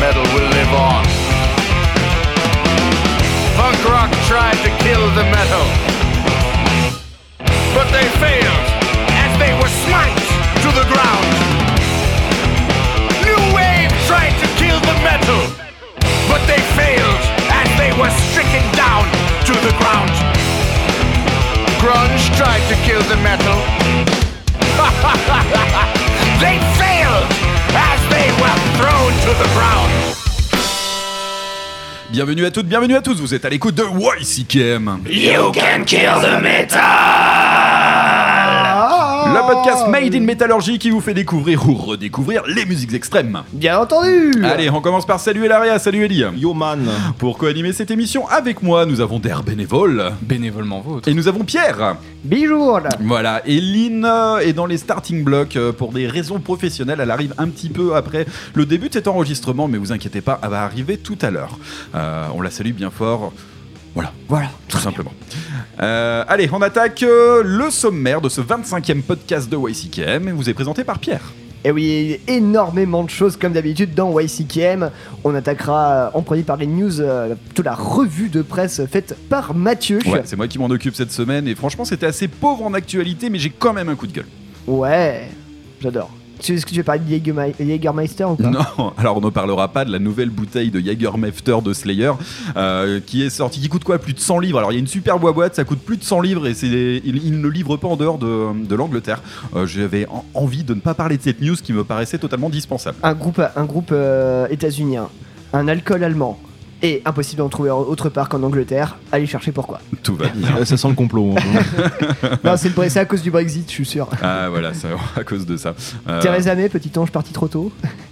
metal will live on. Punk rock tried to kill the metal, but they failed as they were smite to the ground. New wave tried to kill the metal, but they failed as they were stricken down to the ground. Grunge tried to kill the metal. They failed as they were thrown to the ground. Bienvenue à toutes, bienvenue à tous, vous êtes à l'écoute de YCKM. You can kill the metal. Le podcast Made in Metallurgy qui vous fait découvrir ou redécouvrir les musiques extrêmes. Bien entendu. Allez, on commence par saluer Laria, salut Ellie. Yo man. Pour co-animer cette émission avec moi, nous avons Der bénévole. Bénévolement vôtre. Et nous avons Pierre. Bijour. Voilà, et Lynn est dans les starting blocks pour des raisons professionnelles. Elle arrive un petit peu après le début de cet enregistrement, mais vous inquiétez pas, elle va arriver tout à l'heure. On la salue bien fort. Voilà, tout simplement. Allez, on attaque le sommaire de ce 25e podcast de YCKM et vous est présenté par Pierre. Et oui, énormément de choses comme d'habitude dans YCKM. On attaquera en premier par les news, toute la revue de presse faite par Mathieu. Ouais, c'est moi qui m'en occupe cette semaine et franchement c'était assez pauvre en actualité, mais j'ai quand même un coup de gueule. Ouais, j'adore. Est-ce que tu veux parler de Jägermeister ou pas? Non, alors on ne parlera pas de la nouvelle bouteille de Jägermeister de Slayer qui est sortie, qui coûte quoi? Plus de 100 livres. Alors il y a une super boîte, ça coûte plus de 100 livres et il ne livre pas en dehors de l'Angleterre. J'avais envie de ne pas parler de cette news qui me paraissait totalement dispensable. Un groupe états-unien, un alcool allemand. Et impossible d'en trouver autre part qu'en Angleterre. Allez chercher pourquoi. Tout va bien. Ça sent le complot. Non, c'est à cause du Brexit, je suis sûr. Ah voilà, c'est à cause de ça. Theresa May, petit ange parti trop tôt.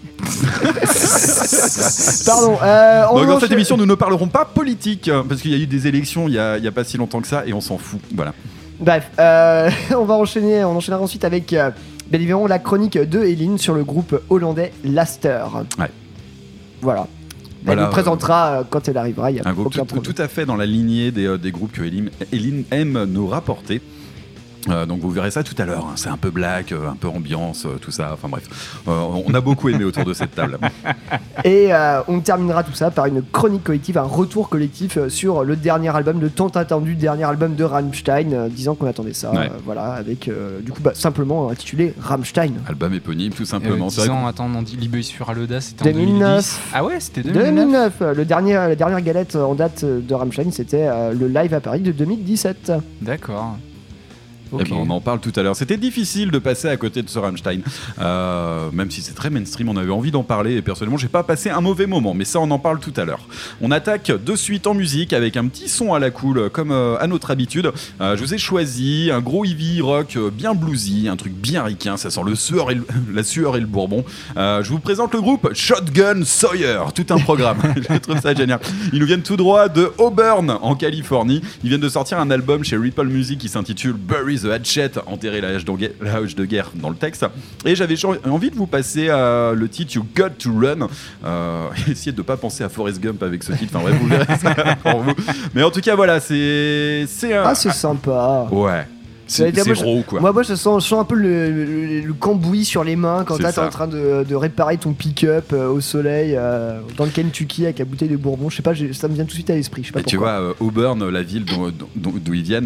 Pardon. Donc dans cette émission, nous ne parlerons pas politique parce qu'il y a eu des élections il y a pas si longtemps que ça et on s'en fout. Voilà. Bref, on enchaînera ensuite avec bien évidemment la chronique de Eline sur le groupe hollandais Laster. Ouais. Voilà. Elle nous présentera quand elle arrivera. Il y a un groupe aucun problème. tout à fait dans la lignée des groupes que Eline aime nous rapporter. Donc vous verrez ça tout à l'heure, hein. C'est un peu black, un peu ambiance, tout ça, enfin bref, on a beaucoup aimé autour de cette table. Et on terminera tout ça par une chronique collective, un retour collectif sur le dernier album, le tant attendu dernier album de Rammstein, disant qu'on attendait ça, ouais. Voilà, avec du coup simplement intitulé Rammstein. Album éponyme tout simplement. On dit Liebe ist für alle das, c'était en 2009. Ah ouais, c'était 2009. La dernière galette en date de Rammstein, c'était le live à Paris de 2017. D'accord. Okay. On en parle tout à l'heure. C'était difficile de passer à côté de ce Rammstein, même si c'est très mainstream, on avait envie d'en parler et personnellement j'ai pas passé un mauvais moment, mais ça on en parle tout à l'heure. On attaque de suite en musique avec un petit son à la cool comme à notre habitude. Je vous ai choisi un gros heavy rock bien bluesy, un truc bien ricain, ça sent la sueur et le bourbon. Je vous présente le groupe Shotgun Sawyer, tout un programme. Je trouve ça génial. Ils nous viennent tout droit de Auburn en Californie. Ils viennent de sortir un album chez Ripple Music qui s'intitule Bury the Hatchet, enterrer la hache de guerre dans le texte. Et j'avais envie de vous passer le titre You Got to Run. Essayez de ne pas penser à Forrest Gump avec ce titre. Enfin bref, vous verrez ça pour vous. Mais en tout cas, voilà, c'est c'est sympa. Ouais. C'est gros quoi. Moi je sens un peu le cambouis sur les mains quand t'es en train de réparer ton pick-up au soleil dans le Kentucky avec la bouteille de bourbon. Je sais pas, ça me vient tout de suite à l'esprit. Je sais pas pourquoi. Tu vois, Auburn, la ville d'où ils viennent.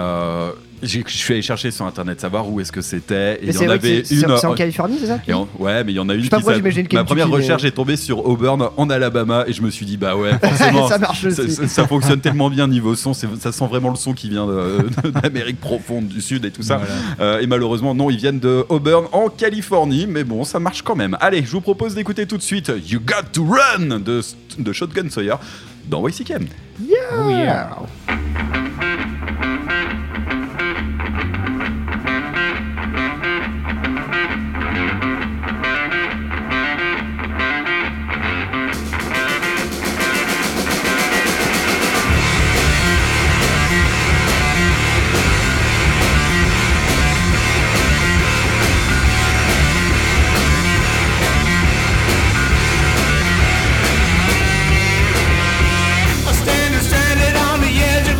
Je suis allé chercher sur internet savoir où est-ce que c'était et il y en avait une. C'est en Californie, c'est ça? Ouais, mais il y en a une qui ma première recherche est tombée sur Auburn en Alabama et je me suis dit bah ouais, forcément ça marche aussi. Ça fonctionne tellement bien niveau son, ça sent vraiment le son qui vient d'Amérique profonde du Sud et tout ça. Voilà. Et malheureusement non, ils viennent de Auburn en Californie, mais bon, ça marche quand même. Allez, je vous propose d'écouter tout de suite You Got to Run de Shotgun Sawyer dans YCKM. Yeah. Oh yeah. Stranded on the edge of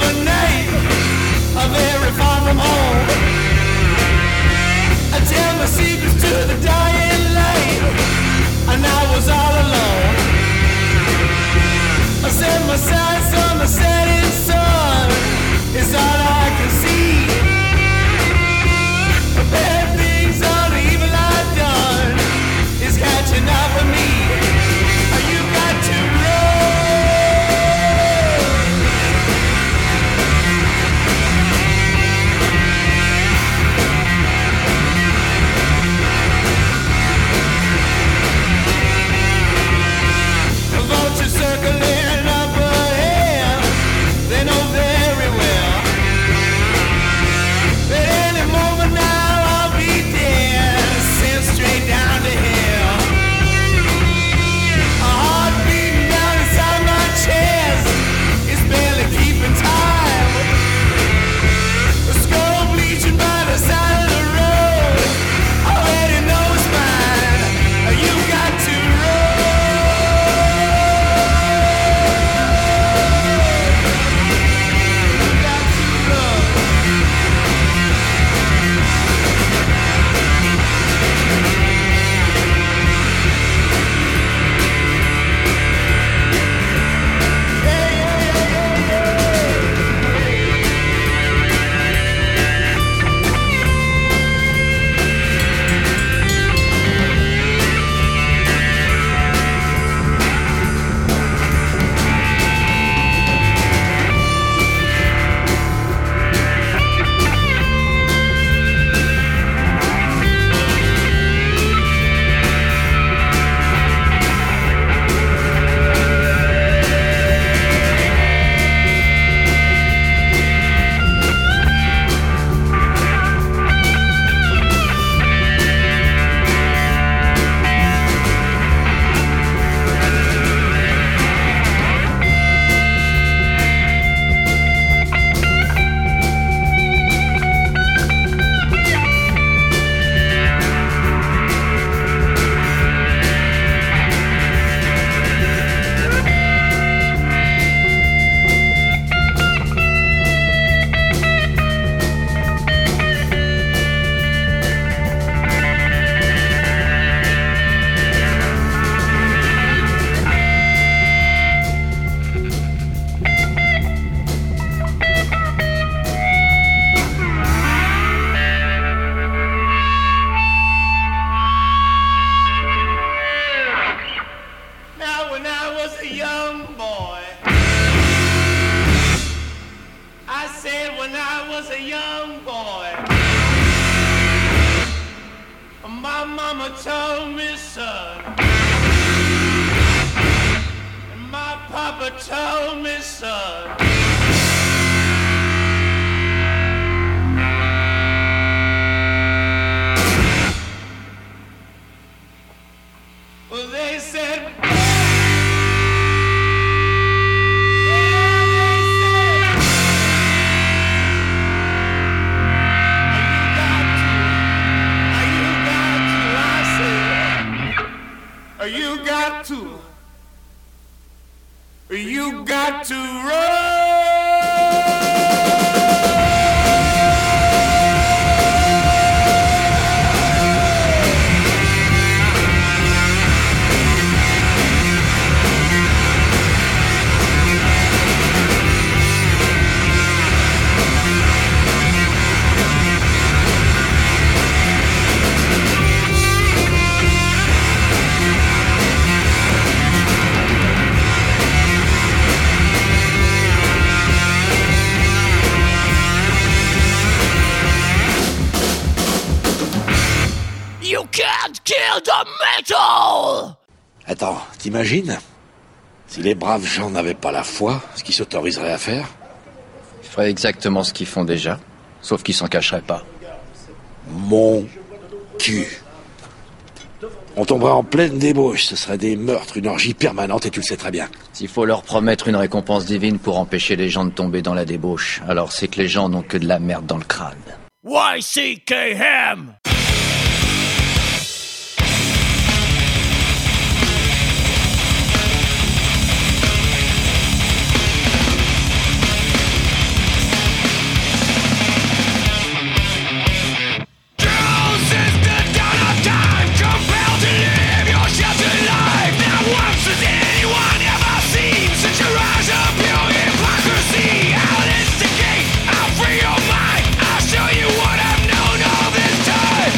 when I was a young boy. I said when I was a young boy. My mama told me, son. And my papa told me, son. Well, they said. You got to run. You can't kill the metal! Attends, t'imagines? Si les braves gens n'avaient pas la foi, ce qu'ils s'autoriseraient à faire? Ils feraient exactement ce qu'ils font déjà, sauf qu'ils s'en cacheraient pas. Mon cul. On tomberait en pleine débauche, ce serait des meurtres, une orgie permanente et tu le sais très bien. S'il faut leur promettre une récompense divine pour empêcher les gens de tomber dans la débauche, alors c'est que les gens n'ont que de la merde dans le crâne. YCKM! I'll free your mind. I'll show you what I've known all this time.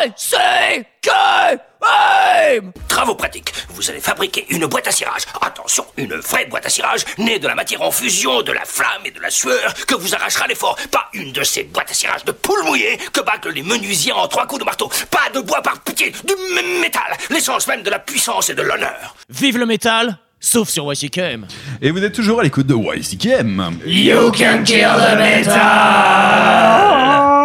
Bicyclem. Travaux pratiques. Vous allez fabriquer une boîte à cirage. Attention, une vraie boîte à cirage née de la matière en fusion, de la flamme et de la sueur que vous arrachera à l'effort. Pas une de ces boîtes à cirage de poules mouillées que bâclent les menuisiers en 3 coups de marteau. Pas de bois par pitié, du métal, l'essence même de la puissance et de l'honneur. Vive le métal, sauf sur YCKM. Et vous êtes toujours à l'écoute de YCKM. You can kill the metal.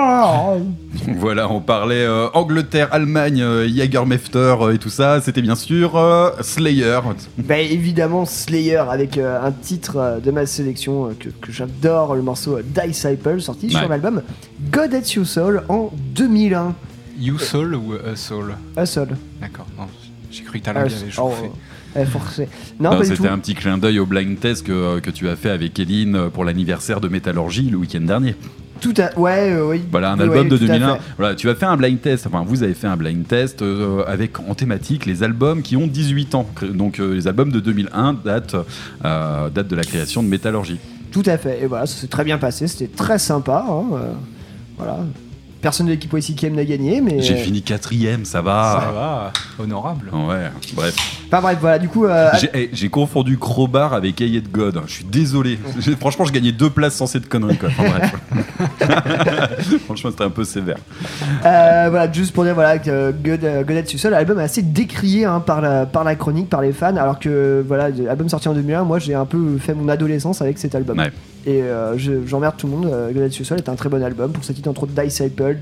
Voilà, on parlait Angleterre, Allemagne, Jägermeister et tout ça. C'était bien sûr Slayer. Bah évidemment Slayer avec un titre de ma sélection que j'adore, le morceau Disciple, sorti sur l'album God Hates You Soul en 2001. You Soul ou A Soul? A Soul. D'accord, non, j'ai cru que t'allais avait chauffé. Forcé. Non, c'était un petit clin d'œil au blind test que tu as fait avec Eline pour l'anniversaire de Métallurgie le week-end dernier. Oui. Voilà, un album de 2001. Voilà, tu as fait un blind test, enfin vous avez fait un blind test avec en thématique les albums qui ont 18 ans. Donc les albums de 2001 datent de la création de Métallurgie. Tout à fait, et voilà, ça s'est très bien passé, c'était très sympa. Voilà. Personne de l'équipe YCKM n'a gagné, mais... J'ai fini 4ème, ça va. Ça va, honorable. Ouais, bref. Pas bref, voilà, du coup... J'ai confondu Crowbar avec Hey It God. Je suis désolé. Franchement, je gagnais 2 places sans cette connerie, quoi. Enfin, bref. Franchement, c'était un peu sévère. Voilà, juste pour dire voilà, que God Hates You Soul, l'album est assez décrié par la chronique, par les fans, alors que voilà, l'album sorti en 2001, moi j'ai un peu fait mon adolescence avec cet album. Ouais. Et j'emmerde tout le monde. God Hates You Soul est un très bon album pour ses titres entre autres Disciple,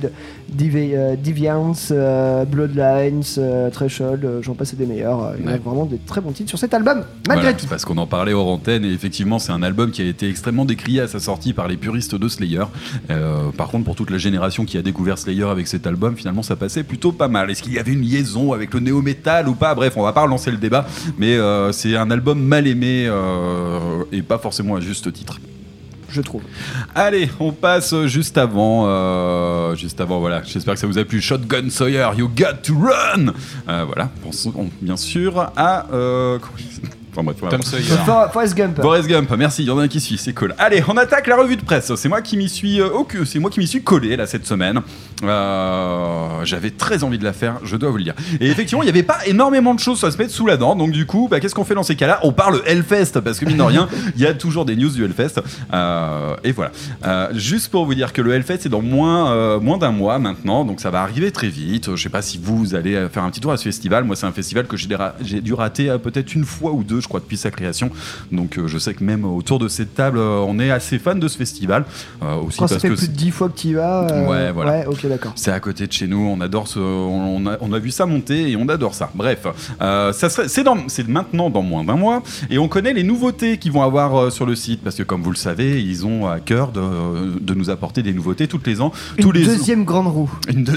Deviance, Bloodlines, Threshold, j'en passe des meilleurs. Il y a vraiment des très bons titres sur cet album, malgré tout. Parce qu'on en parlait hors antenne, et effectivement c'est un album qui a été extrêmement décrié à sa sortie par les puristes de Slayer. Par contre, pour toute la génération qui a découvert Slayer avec cet album, finalement ça passait plutôt pas mal. Est-ce qu'il y avait une liaison avec le néo-metal ou pas? Bref, on va pas relancer le débat, mais c'est un album mal aimé et pas forcément à juste titre, je trouve. Allez, on passe juste avant, voilà, j'espère que ça vous a plu. Shotgun Sawyer, You Got to Run. Voilà, pensons bien sûr à... Tom Sawyer. Forrest Gump. Forrest Gump, merci, il y en a un qui suit, c'est cool. Allez, on attaque la revue de presse. C'est moi qui m'y suis collé là cette semaine. J'avais très envie de la faire, je dois vous le dire. Et effectivement, il n'y avait pas énormément de choses à se mettre sous la dent. Donc du coup, qu'est-ce qu'on fait dans ces cas-là? On parle Hellfest, parce que mine de rien, il y a toujours des news du Hellfest. Et voilà. Juste pour vous dire que le Hellfest c'est dans moins d'un mois maintenant, donc ça va arriver très vite. Je sais pas si vous allez faire un petit tour à ce festival. Moi, c'est un festival que j'ai dû rater peut-être une fois ou deux, je crois, depuis sa création. Donc je sais que même autour de cette table, on est assez fan de ce festival. Aussi quand parce ça fait que plus de 10 fois que tu y vas. Ouais, voilà. Ouais, ok, d'accord. C'est à côté de chez nous, on adore on a vu ça monter et on adore ça. Bref, c'est maintenant dans moins d'un mois et on connaît les nouveautés qu'ils vont avoir sur le site parce que comme vous le savez, ils ont à cœur de nous apporter des nouveautés tous les ans. Une deuxième grande roue,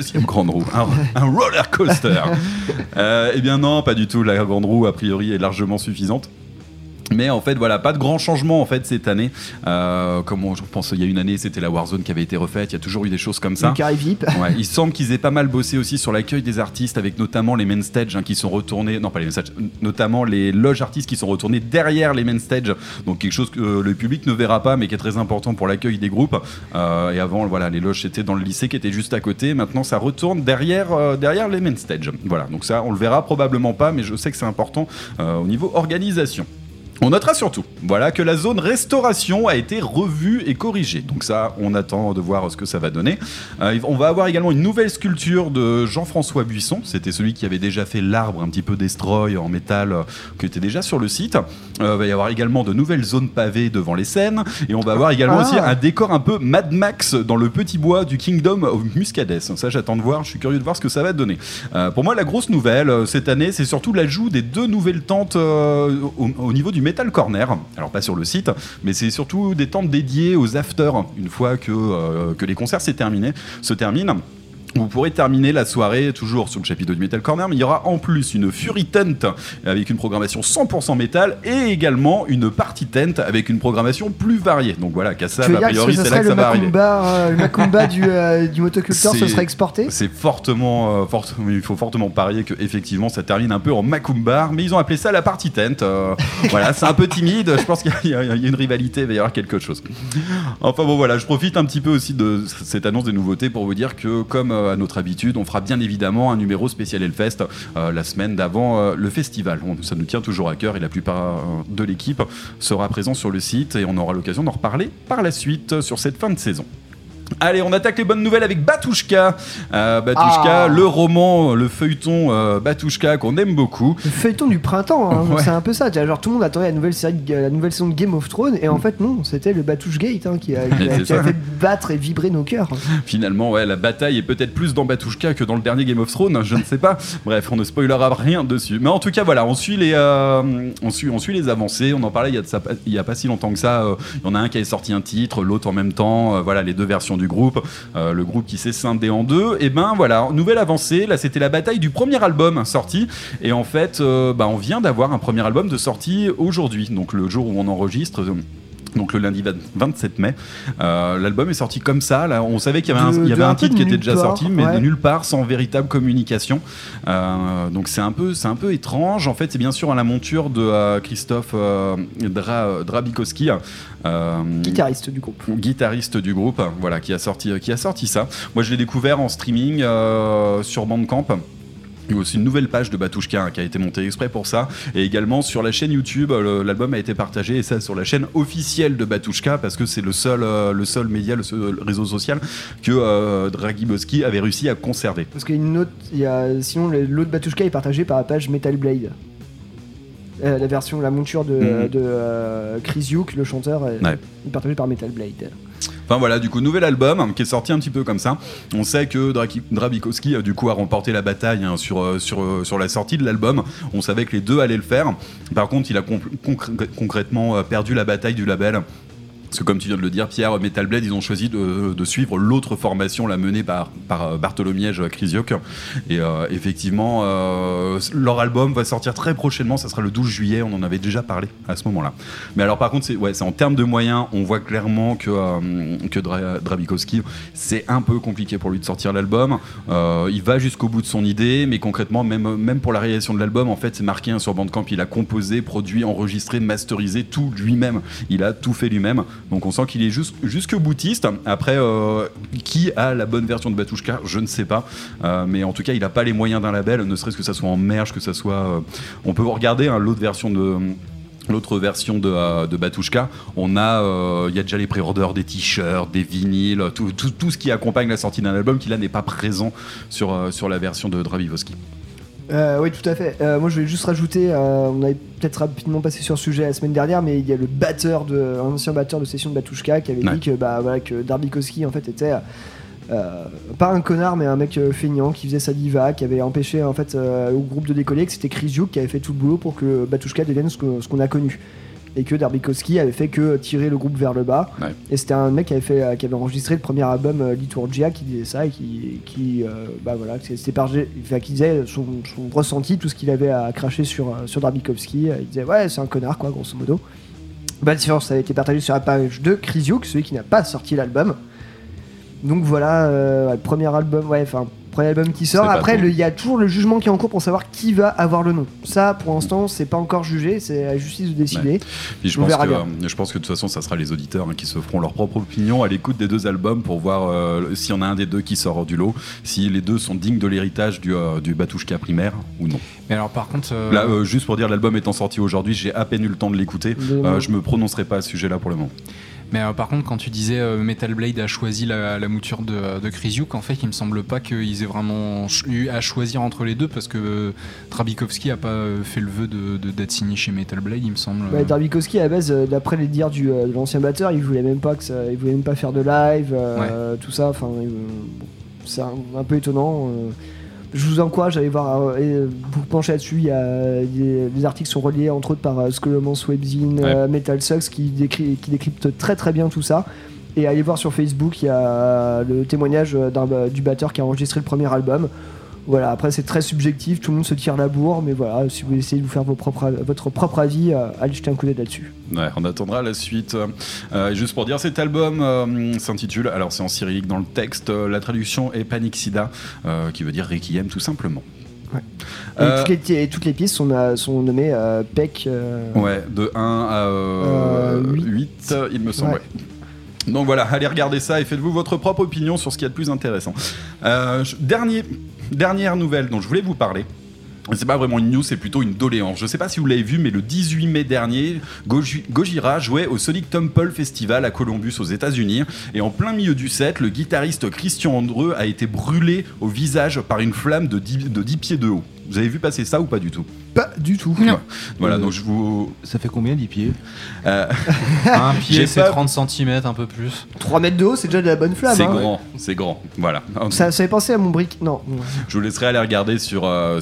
un roller coaster. Eh bien non, pas du tout. La grande roue a priori est largement suffisante. Mais en fait, voilà, pas de grands changements en fait cette année. Comme je pense, il y a une année, c'était la Warzone qui avait été refaite. Il y a toujours eu des choses comme ça. VIP. Ouais, il semble qu'ils aient pas mal bossé aussi sur l'accueil des artistes, avec notamment les main stage qui sont retournés. Non, pas les main stage, notamment les loges artistes qui sont retournés derrière les main stage. Donc quelque chose que le public ne verra pas, mais qui est très important pour l'accueil des groupes. Et avant, voilà, les loges étaient dans le lycée qui était juste à côté. Maintenant, ça retourne derrière les main stage. Voilà, donc ça, on le verra probablement pas, mais je sais que c'est important au niveau organisation. On notera surtout, voilà, que la zone restauration a été revue et corrigée. Donc ça, on attend de voir ce que ça va donner. On va avoir également une nouvelle sculpture de Jean-François Buisson. C'était celui qui avait déjà fait l'arbre un petit peu destroy en métal, qui était déjà sur le site. Il va y avoir également de nouvelles zones pavées devant les scènes. Et on va avoir également aussi un décor un peu Mad Max dans le petit bois du Kingdom of Muscadès. Ça, j'attends de voir. Je suis curieux de voir ce que ça va donner. Pour moi, la grosse nouvelle cette année, c'est surtout l'ajout des 2 nouvelles tentes au niveau du Metal Corner, alors pas sur le site, mais c'est surtout des tentes dédiées aux afters, une fois que les concerts se terminent. Vous pourrez terminer la soirée toujours sur le chapiteau du Metal Corner, mais il y aura en plus une Fury Tent avec une programmation 100% métal et également une Party Tent avec une programmation plus variée. Donc voilà, Kassab, a priori, c'est là que ça va arriver. Le Macumba du motoculteur, ce sera exporté. C'est il faut fortement parier que effectivement ça termine un peu en Macumba, mais ils ont appelé ça la Party Tent. Voilà, c'est un peu timide. Je pense qu'il y a une rivalité, il va y avoir quelque chose. Enfin bon, voilà, je profite un petit peu aussi de cette annonce des nouveautés pour vous dire que comme à notre habitude, on fera bien évidemment un numéro spécial Hellfest la semaine d'avant le festival. Ça nous tient toujours à cœur et la plupart de l'équipe sera présent sur le site et on aura l'occasion d'en reparler par la suite sur cette fin de saison. Allez, on attaque les bonnes nouvelles avec Batushka. Le roman, le feuilleton Batushka qu'on aime beaucoup. Le feuilleton du printemps, hein, ouais. C'est un peu ça. Genre tout le monde attendait la nouvelle saison de Game of Thrones et en fait non, c'était le Batushgate qui a fait battre et vibrer nos cœurs. Finalement, ouais, la bataille est peut-être plus dans Batushka que dans le dernier Game of Thrones, je ne sais pas. Bref, on ne spoilera rien dessus. Mais en tout cas, voilà, on suit les avancées. On en parlait il y a pas si longtemps que ça. Il y en a un qui avait sorti un titre, l'autre en même temps. Voilà, les deux versions du groupe, le groupe qui s'est scindé en deux. Et ben voilà, nouvelle avancée. Là, c'était la bataille du premier album sorti. Et en fait, on vient d'avoir un premier album de sortie aujourd'hui, donc le jour où on enregistre. Donc le lundi 27 mai, l'album est sorti comme ça. Là, on savait qu'il y avait un titre qui était déjà sorti, mais de nulle part, sans véritable communication. Donc c'est un peu étrange. En fait, c'est bien sûr à la monture de Christophe Drabikowski, guitariste du groupe, voilà, qui a sorti ça. Moi, je l'ai découvert en streaming sur Bandcamp. Il y a aussi une nouvelle page de Batushka qui a été montée exprès pour ça, et également sur la chaîne YouTube, l'album a été partagé, et ça sur la chaîne officielle de Batushka, parce que c'est le seul média, le seul réseau social que Drabikowski avait réussi à conserver. Parce qu'il y a sinon l'autre Batushka est partagé par la page Metal Blade. La monture de Chris Hughes, le chanteur, est partagée par Metal Blade. Enfin voilà, du coup, nouvel album qui est sorti un petit peu comme ça. On sait que Drabikowski du coup a remporté la bataille sur la sortie de l'album. On savait que les deux allaient le faire. Par contre, il a concrètement perdu la bataille du label. Parce que comme tu viens de le dire, Pierre, Metal Blade, ils ont choisi de suivre l'autre formation, la menée par Bartholomiej Krysiuk. Et effectivement, leur album va sortir très prochainement, ça sera le 12 juillet, on en avait déjà parlé à ce moment-là. Mais alors par contre, c'est en termes de moyens, on voit clairement que Drabikowski, c'est un peu compliqué pour lui de sortir l'album. Il va jusqu'au bout de son idée, mais concrètement, même pour la réalisation de l'album, en fait, c'est marqué sur Bandcamp, il a composé, produit, enregistré, masterisé, tout lui-même. Il a tout fait lui-même. Donc on sent qu'il est jusqu'au boutiste. Après, qui a la bonne version de Batushka, je ne sais pas. Mais en tout cas, il n'a pas les moyens d'un label, ne serait-ce que ça soit en merge, que ça soit... on peut regarder l'autre version de Batushka. Il y a déjà les pré-orders des t-shirts, des vinyles, tout ce qui accompagne la sortie d'un album qui là n'est pas présent sur la version de Drabikowski. Oui, tout à fait. Moi, je voulais juste rajouter, on avait peut-être rapidement passé sur le sujet la semaine dernière, mais il y a un ancien batteur de session de Batushka qui avait dit que Drabikowski en fait était pas un connard, mais un mec feignant qui faisait sa diva, qui avait empêché en fait au groupe de décoller, que c'était Chris Hughes qui avait fait tout le boulot pour que Batushka devienne ce qu'on a connu. Et que Drabikowski avait fait que tirer le groupe vers le bas. Ouais. Et c'était un mec qui avait enregistré le premier album Liturgia qui disait ça et qui disait son ressenti, tout ce qu'il avait à cracher sur Drabikowski. Il disait ouais, c'est un connard quoi, grosso modo. La différence, ça a été partagé sur la page de Chris Hughes, celui qui n'a pas sorti l'album. Donc voilà, le premier album, premier album qui sort. Après, il y a toujours le jugement qui est en cours pour savoir qui va avoir le nom. Ça, pour l'instant, c'est pas encore jugé, c'est à la justice de décider. Ouais. Puis je pense que de toute façon, ça sera les auditeurs qui se feront leur propre opinion à l'écoute des deux albums pour voir s'il y en a un des deux qui sort du lot, si les deux sont dignes de l'héritage du Batushka primaire ou non. Mais alors, par contre, là, juste pour dire, l'album étant sorti aujourd'hui, j'ai à peine eu le temps de l'écouter. Je me prononcerai pas à ce sujet-là pour le moment. Mais par contre, quand tu disais Metal Blade a choisi la mouture de Chris Hughes, en fait, il me semble pas qu'ils aient vraiment eu à choisir entre les deux, parce que Drabikowski a pas fait le vœu d'être signé chez Metal Blade, il me semble. Drabikowski, à la base, d'après les dires de l'ancien batteur, il voulait même pas faire de live, tout ça. Enfin, c'est un peu étonnant. Je vous encourage à aller voir, vous pencher là-dessus. Il y a des articles sont reliés entre autres par Scholomance Webzine, Metal Sucks qui décrypte très très bien tout ça. Et allez voir sur Facebook, il y a le témoignage du batteur qui a enregistré le premier album. Voilà, après c'est très subjectif, tout le monde se tire la bourre, mais voilà, si vous essayez de vous faire votre propre avis, allez jeter un coup d'œil là-dessus. Ouais, on attendra la suite. Juste pour dire, cet album s'intitule, alors c'est en cyrillique dans le texte, la traduction est Panixida, qui veut dire Requiem tout simplement. Ouais. Et toutes les pistes sont nommées PEC. Ouais, de 1 à 8, il me semble. Ouais. Donc voilà, allez regarder ça et faites-vous votre propre opinion sur ce qu'il y a de plus intéressant. Dernière nouvelle dont je voulais vous parler. C'est pas vraiment une news, c'est plutôt une doléance. Je sais pas si vous l'avez vu, mais le 18 mai dernier, Gojira jouait au Sonic Temple Festival à Columbus aux États-Unis. Et en plein milieu du set, le guitariste Christian Andreu a été brûlé au visage par une flamme de 10 pieds de haut. Vous avez vu passer ça ou pas du tout ? Pas du tout. Non. Voilà, donc je vous... Ça fait combien 10 pieds Un pied, c'est 30 cm, un peu plus. 3 mètres de haut, c'est déjà de la bonne flamme. C'est grand, voilà. Ça fait penser à mon brick. Non. Je vous laisserai aller regarder sur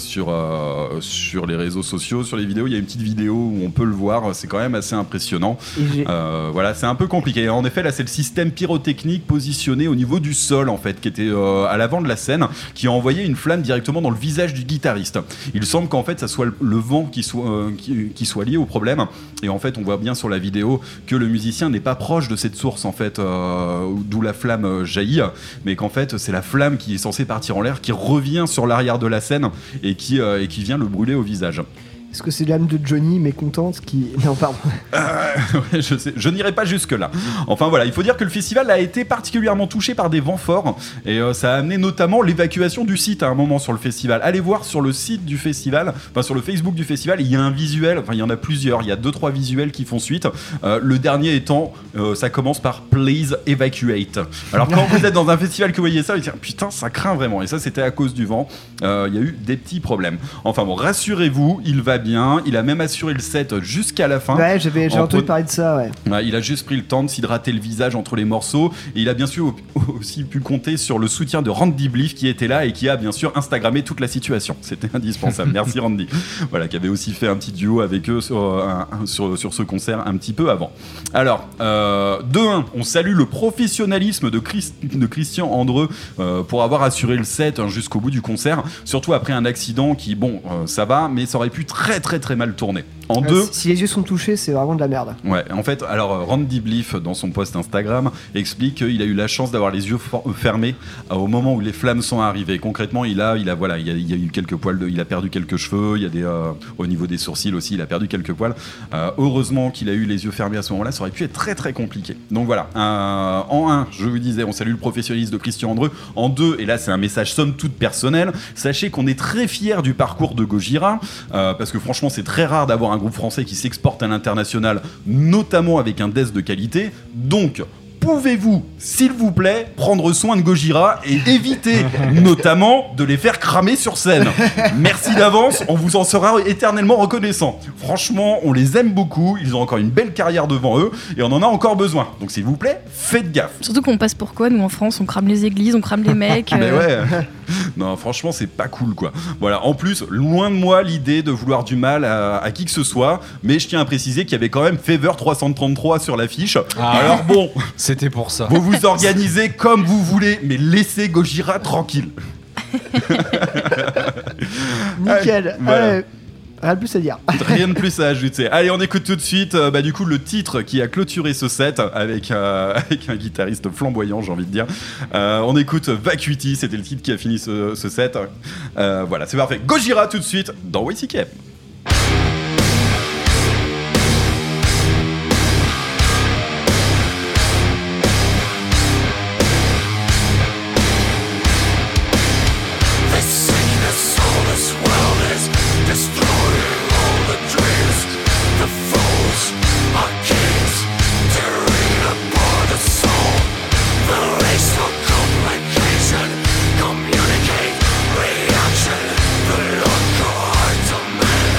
les réseaux sociaux, sur les vidéos. Il y a une petite vidéo où on peut le voir, c'est quand même assez impressionnant. Voilà, c'est un peu compliqué. En effet, là, c'est le système pyrotechnique positionné au niveau du sol, en fait, qui était à l'avant de la scène, qui a envoyé une flamme directement dans le visage du guitariste. Il semble qu'en fait, ça soit le vent qui soit lié au problème. Et en fait, on voit bien sur la vidéo que le musicien n'est pas proche de cette source, en fait, d'où la flamme jaillit, mais qu'en fait, c'est la flamme qui est censée partir en l'air, qui revient sur l'arrière de la scène et qui vient le brûler au visage. Est-ce que c'est l'âme de Johnny mécontente qui... Non, pardon. Ouais, je sais, je n'irai pas jusque-là. Enfin voilà, il faut dire que le festival a été particulièrement touché par des vents forts et ça a amené notamment l'évacuation du site à un moment sur le festival. Allez voir sur le site du festival, enfin sur le Facebook du festival, il y a un visuel, enfin il y en a plusieurs, il y a 2-3 visuels qui font suite. Le dernier étant, ça commence par Please Evacuate. Alors quand vous êtes dans un festival que vous voyez ça, vous dites putain ça craint vraiment, et ça c'était à cause du vent. Il y a eu des petits problèmes. Enfin bon, rassurez-vous, il va bien, il a même assuré le set jusqu'à la fin. Ouais, j'ai entendu parler de ça, ouais. Il a juste pris le temps de s'hydrater le visage entre les morceaux, et il a bien sûr aussi pu compter sur le soutien de Randy Bliff qui était là et qui a bien sûr Instagrammé toute la situation. C'était indispensable. Merci Randy. Voilà, qui avait aussi fait un petit duo avec eux sur ce concert un petit peu avant. Alors, de 1, on salue le professionnalisme de Christian Andreu pour avoir assuré le set jusqu'au bout du concert, surtout après un accident qui, bon, ça va, mais ça aurait pu très très très mal tourner. En 2, si les yeux sont touchés, c'est vraiment de la merde. Ouais, en fait, alors Randy Bliff, dans son post Instagram, explique qu'il a eu la chance d'avoir les yeux fermés au moment où les flammes sont arrivées. Concrètement, il a eu quelques poils, il a perdu quelques cheveux, il y a des au niveau des sourcils aussi, il a perdu quelques poils. Heureusement qu'il a eu les yeux fermés à ce moment-là, ça aurait pu être très très compliqué. Donc voilà. En 1, je vous disais, on salue le professionnalisme de Christian Andreu. En 2, et là c'est un message somme toute personnel, sachez qu'on est très fiers du parcours de Gojira, parce que franchement c'est très rare d'avoir un groupe français qui s'exporte à l'international, notamment avec un death de qualité. Donc pouvez-vous, s'il vous plaît, prendre soin de Gojira et éviter notamment de les faire cramer sur scène. Merci d'avance, on vous en sera éternellement reconnaissant. Franchement, on les aime beaucoup, ils ont encore une belle carrière devant eux et on en a encore besoin. Donc s'il vous plaît, faites gaffe. Surtout qu'on passe pour quoi, nous en France, on crame les églises, on crame les mecs. Mais ouais. Non, franchement, c'est pas cool quoi. Voilà, en plus, loin de moi l'idée de vouloir du mal à qui que ce soit, mais je tiens à préciser qu'il y avait quand même Fever 333 sur l'affiche. Alors bon, c'était pour ça. Vous vous organisez comme vous voulez, mais laissez Gojira tranquille. Nickel. Voilà. Rien de plus à dire. Rien de plus à ajouter. Allez, on écoute tout de suite du coup le titre qui a clôturé ce set avec un guitariste flamboyant, j'ai envie de dire. On écoute Vacuity, c'était le titre qui a fini ce set. Voilà, c'est parfait. Gojira tout de suite dans WCKM. Communicate reaction, the look hard to man.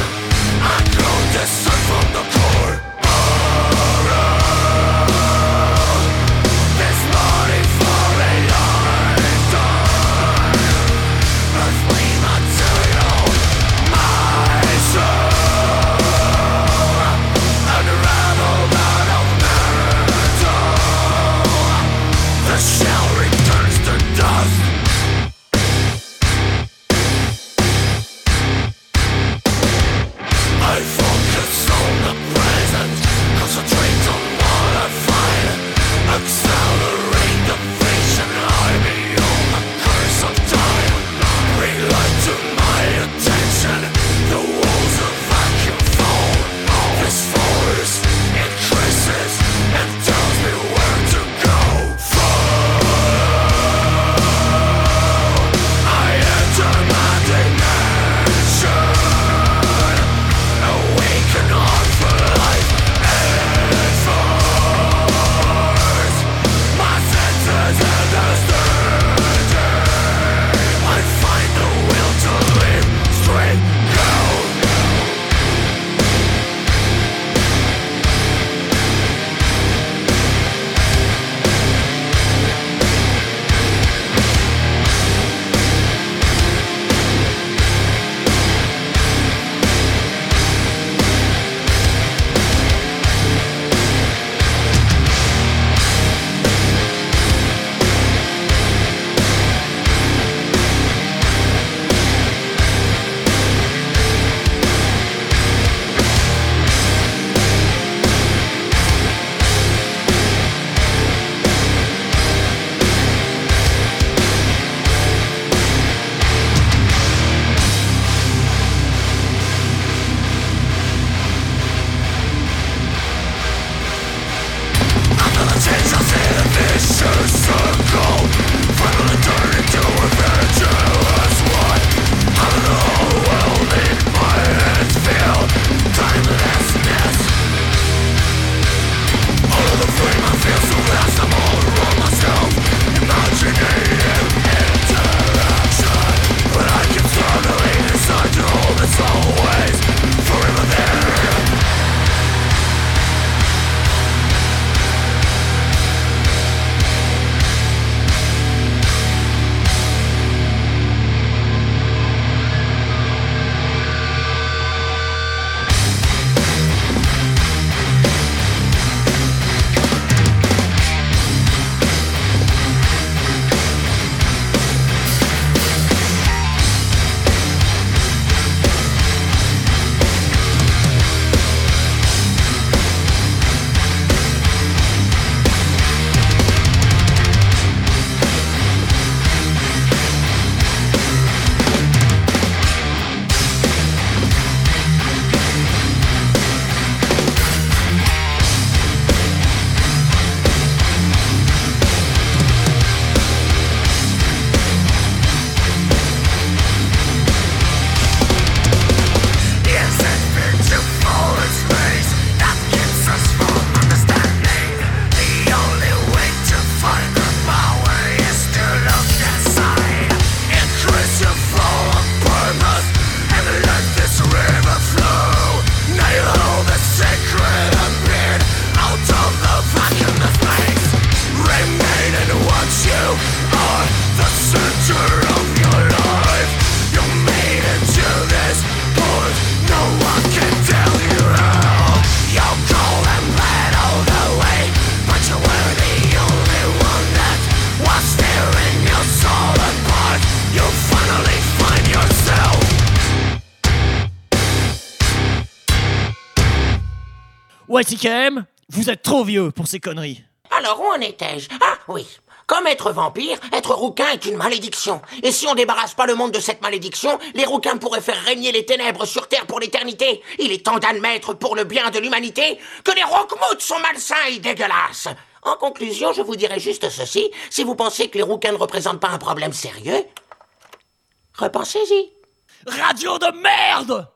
YCKM, vous êtes trop vieux pour ces conneries. Alors, où en étais-je? Ah, oui. Comme être vampire, être rouquin est une malédiction. Et si on débarrasse pas le monde de cette malédiction, les rouquins pourraient faire régner les ténèbres sur Terre pour l'éternité. Il est temps d'admettre, pour le bien de l'humanité, que les roquemoutes sont malsains et dégueulasses. En conclusion, je vous dirai juste ceci. Si vous pensez que les rouquins ne représentent pas un problème sérieux, repensez-y. Radio de merde!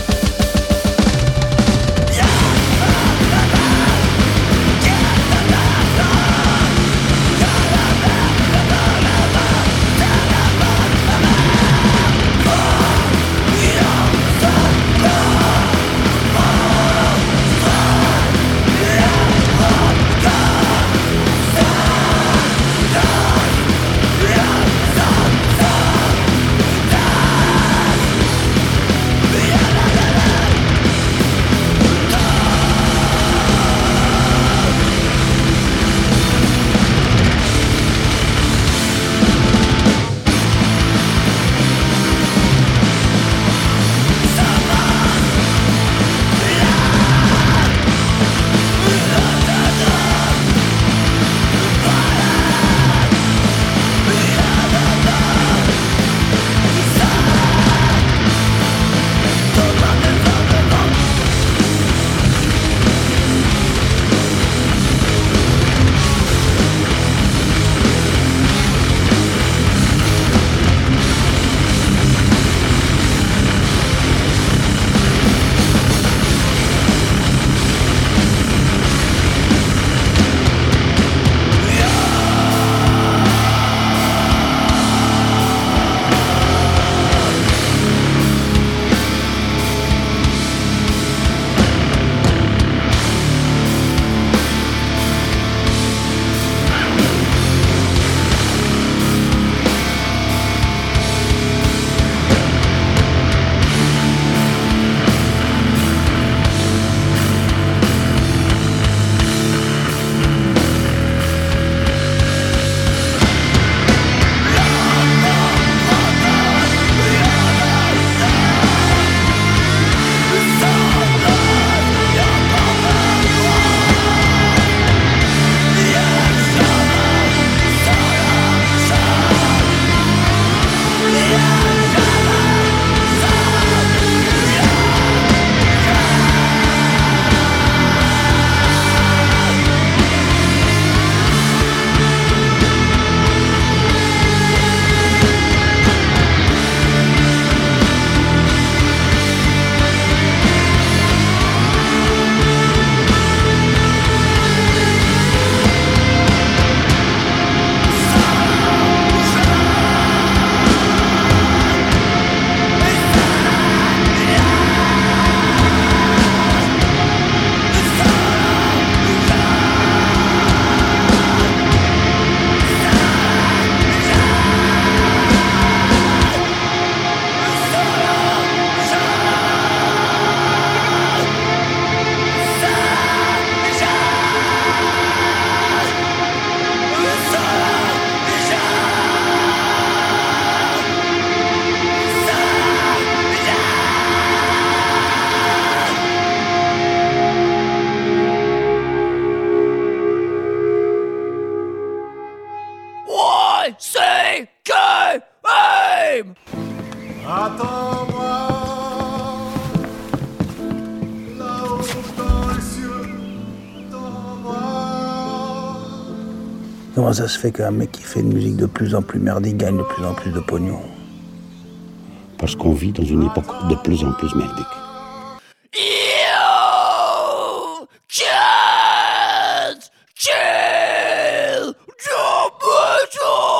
YCKM! Attends-moi là-haut dans les cieux, attends-moi. Comment ça se fait qu'un mec qui fait une musique de plus en plus merdique gagne de plus en plus de pognon? Parce qu'on vit dans une époque de plus en plus merdique. You can't kill the metal!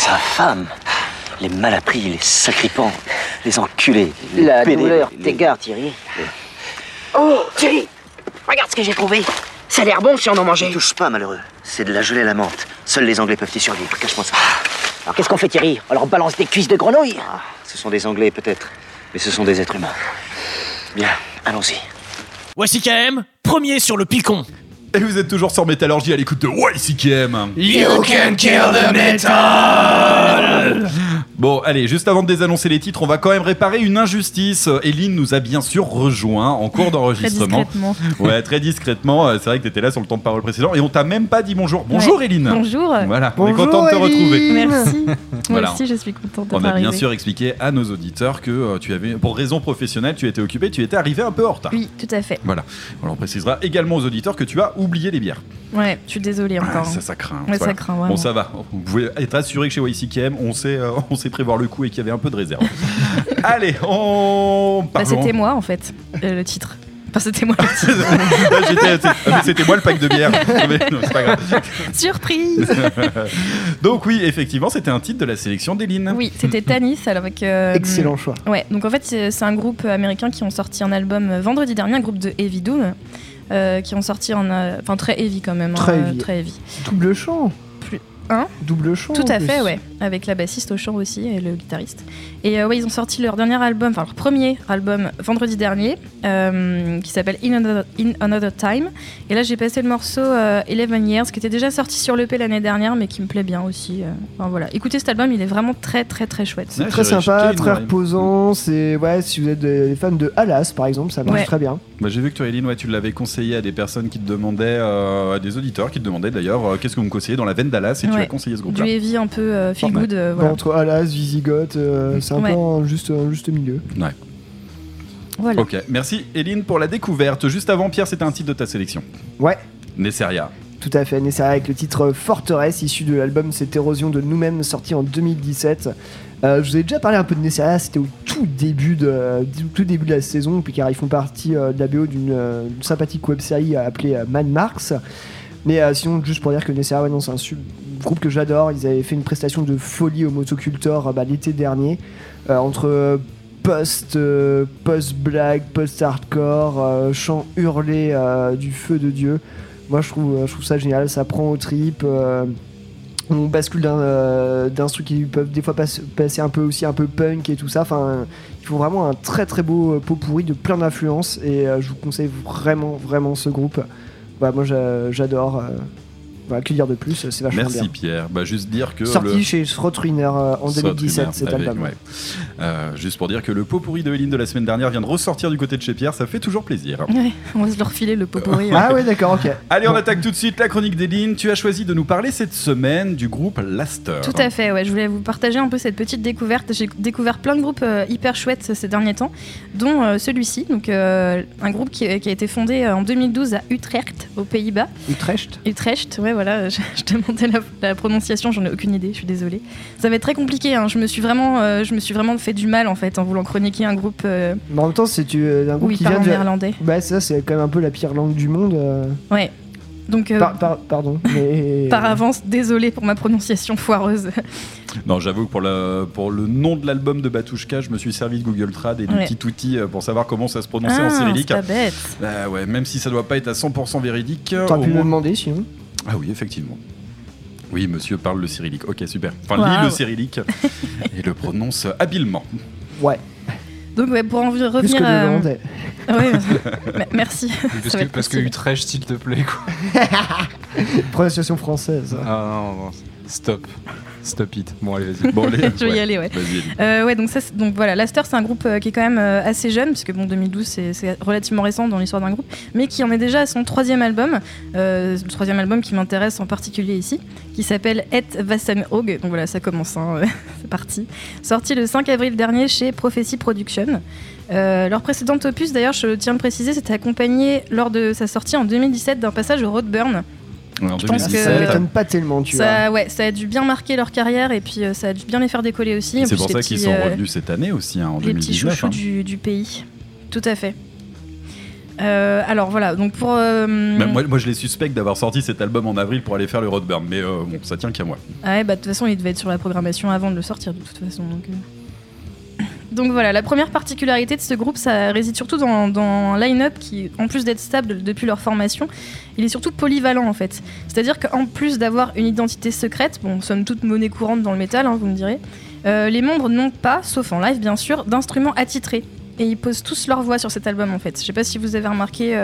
Les infâmes, les malappris, les sacripants, les enculés, les La pédés, douleur les- t'égare, Thierry. Oh, Thierry, regarde ce que j'ai trouvé. Ça a l'air bon si on en mangeait. Ne touche pas, malheureux. C'est de la gelée à la menthe. Seuls les Anglais peuvent y survivre. Cache-moi ça. Alors qu'est-ce qu'on fait, Thierry? On leur balance des cuisses de grenouille? Ce sont des Anglais, peut-être. Mais ce sont des êtres humains. Bien, allons-y. Voici KM, premier sur le picon. Et vous êtes toujours sur Métallurgie à l'écoute de YCKM. You can kill the metal. Bon, allez, juste avant de désannoncer les titres, on va quand même réparer une injustice. Eline nous a bien sûr rejoint en cours d'enregistrement. Très discrètement. Ouais, très discrètement. C'est vrai que t'étais là sur le temps de parole précédent et on t'a même pas dit bonjour. Bonjour Ouais. Eline. Bonjour. Voilà, on est Bonjour, content de te Eline. retrouver. Merci. Voilà. Moi aussi, je suis contente On d'être a bien arrivée. sûr expliqué à nos auditeurs que tu avais, pour raison professionnelle, tu étais occupé, tu étais arrivé un peu en retard. Oui, tout à fait. Voilà. Alors, on précisera également aux auditeurs que tu as oublié les bières. Ouais, je suis désolée encore. Ça craint. Ouais, Voilà. ça craint vraiment. Bon, ça va. Vous pouvez être assuré que chez YCKM, on sait prévoir le coup et qu'il y avait un peu de réserve. Allez, on. Bah, Parlons. c'était moi en fait, le titre. Enfin, c'était moi le titre. Mais c'était moi le pack de bière. Mais non, c'est pas grave. Surprise. Donc oui, effectivement, c'était un titre de la sélection d'Eline. Oui, c'était Tanis avec. Excellent choix. Ouais, donc en fait, c'est un groupe américain qui ont sorti un album vendredi dernier, un groupe de Heavy Doom, qui ont sorti enfin très heavy quand même. Très hein, heavy. très heavy. Double chant. Hein Double chant. Tout en à plus. fait, ouais. Avec la bassiste au chant aussi et le guitariste. Et ouais, ils ont sorti leur dernier album, enfin leur premier album vendredi dernier, qui s'appelle In Another Time. Et là, j'ai passé le morceau 11 Years, qui était déjà sorti sur l'EP l'année dernière, mais qui me plaît bien aussi. Enfin voilà. Écoutez cet album, il est vraiment très très très chouette. C'est très sympa, très reposant. C'est ouais, si vous êtes des fans de Alas par exemple, ça marche Ouais. très bien. Bah, j'ai vu que toi, Eline, ouais, tu l'avais conseillé à des personnes qui te demandaient, à des auditeurs qui te demandaient d'ailleurs, qu'est-ce que vous me conseillez dans la veine d'Alas, et tu Ouais. as conseillé ce Du groupe-là. heavy un peu feel good. Ouais. Voilà. Entre Alas, Visigoth, c'est un Ouais. peu un juste milieu. Ouais. Voilà. Ok, merci Eline pour la découverte. Juste avant, Pierre, c'était un titre de ta sélection. Ouais. Nesseria. Tout à fait, Nesseria avec le titre Forteresse, issu de l'album Cette érosion de nous-mêmes, sorti en 2017. Je vous ai déjà parlé un peu de Nesseria, c'était au tout début de la saison, puis car ils font partie de la BO d'une sympathique web-série appelée Mad Marks. Mais sinon, juste pour dire que Nesseria, ouais, non, c'est un groupe que j'adore. Ils avaient fait une prestation de folie au Motocultor l'été dernier, entre post-black, post-hardcore, chant hurlé du feu de Dieu. Moi je trouve ça génial, ça prend aux tripes. On bascule d'un truc qui peuvent des fois passer un peu punk et tout ça. Enfin, il faut vraiment un très très beau pot pourri de plein d'influences et je vous conseille vraiment ce groupe. Voilà, moi j'adore. Voilà, que dire de plus, c'est vachement bien. Merci Pierre. Bah, juste dire que sorti chez Throttruiner en 2017 cet album. Ouais. Juste pour dire que le pot pourri de Eline de la semaine dernière vient de ressortir du côté de chez Pierre, ça fait toujours plaisir. Ouais, on va se leur filer le pot pourri. Ah ouais, d'accord, ok. Allez, on attaque tout de suite la chronique d'Eline. Tu as choisi de nous parler cette semaine du groupe Laster. Tout à fait, ouais. Je voulais vous partager un peu cette petite découverte. J'ai découvert plein de groupes hyper chouettes ces derniers temps, dont celui-ci, donc un groupe qui a été fondé en 2012 à Utrecht, aux Pays-Bas. Utrecht, ouais, voilà. Je demandais la prononciation, j'en ai aucune idée, je suis désolée. Ça va être très compliqué, hein. Je me suis vraiment fait du mal en fait en voulant chroniquer un groupe. Mais en même temps, c'est un groupe Oui, qui parle vient en de néerlandais. Bah ça, c'est quand même un peu la pire langue du monde. Ouais. Donc, pardon, mais... par avance, désolé pour ma prononciation foireuse. Non, j'avoue que pour le nom de l'album de Batushka, je me suis servi de Google Trad et du Ouais. petit outil pour savoir comment ça se prononçait en cyrillique. C'est pas bête. Bah ouais, même si ça doit pas être à 100% véridique. T'aurais au pu me moins- demander sinon. Ah oui, effectivement. Oui, monsieur parle le cyrillique. Ok, super. Enfin, Wow. lit le cyrillique et le prononce habilement. Ouais. Donc ouais, pour en revenir Plus que le à... hollandais. Ouais, merci. Parce Ça va que, être parce que possible. Utrecht, s'il te plaît, quoi. Prononciation française. Ah non, stop. Stop it. Bon, allez, vas-y. Bon, allez, Je vais y aller, ouais. Vas-y, Eline. Ouais, donc voilà, Laster c'est un groupe qui est quand même assez jeune, parce que bon, 2012 c'est relativement récent dans l'histoire d'un groupe, mais qui en est déjà à son troisième album, le troisième album qui m'intéresse en particulier ici, qui s'appelle Et Wassenhaug, donc voilà, ça commence, hein, c'est parti. Sorti le 5 avril dernier chez Prophecy Production. Leur précédent opus, d'ailleurs, je tiens à le préciser, c'était accompagné lors de sa sortie en 2017 d'un passage au Roadburn. Ouais, en Je pense 2017. Ça m'étonne pas tellement, tu vois. Ça a dû bien marquer leur carrière et puis ça a dû bien les faire décoller aussi. Et En c'est plus, pour les ça qu'ils petits, sont revenus cette année aussi, hein, en les petits 2019. chouchous hein. du pays. Tout à fait. Alors voilà, donc pour. Moi je les suspecte d'avoir sorti cet album en avril pour aller faire le Roadburn, mais bon, ça tient qu'à moi. Ouais, bah de toute façon, il devait être sur la programmation avant de le sortir, de toute façon. Donc voilà, la première particularité de ce groupe, ça réside surtout dans un line-up qui, en plus d'être stable depuis leur formation, il est surtout polyvalent en fait. C'est-à-dire qu'en plus d'avoir une identité secrète, bon, somme toute monnaie courante dans le métal, hein, vous me direz, les membres n'ont pas, sauf en live bien sûr, d'instruments attitrés. Et ils posent tous leur voix sur cet album en fait. Je sais pas si vous avez remarqué,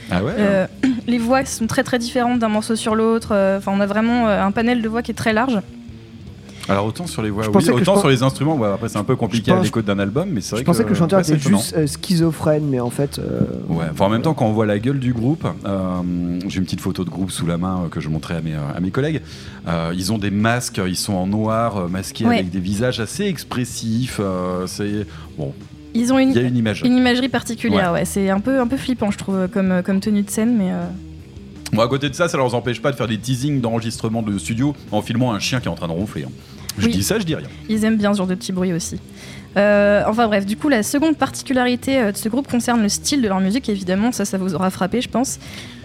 les voix sont très très différentes d'un morceau sur l'autre. Enfin, on a vraiment un panel de voix qui est très large. Alors autant sur les voix, oui, autant sur les instruments, après c'est un peu compliqué à l'écoute d'un album, mais c'est vrai je pensais que le chanteur était juste schizophrène, mais en fait... Ouais, enfin en même temps quand on voit la gueule du groupe, j'ai une petite photo de groupe sous la main que je montrais à mes collègues, ils ont des masques, ils sont en noir, masqués avec des visages assez expressifs, c'est... Bon... Ils ont une imagerie particulière, ouais. C'est un peu flippant je trouve comme tenue de scène, mais... Bon, à côté de ça leur empêche pas de faire des teasings d'enregistrement de studio en filmant un chien qui est en train de ronfler. Hein. Je dis ça, je dis rien. Ils aiment bien ce genre de petits bruits aussi. Enfin bref, du coup, la seconde particularité de ce groupe concerne le style de leur musique, évidemment, ça vous aura frappé, je pense.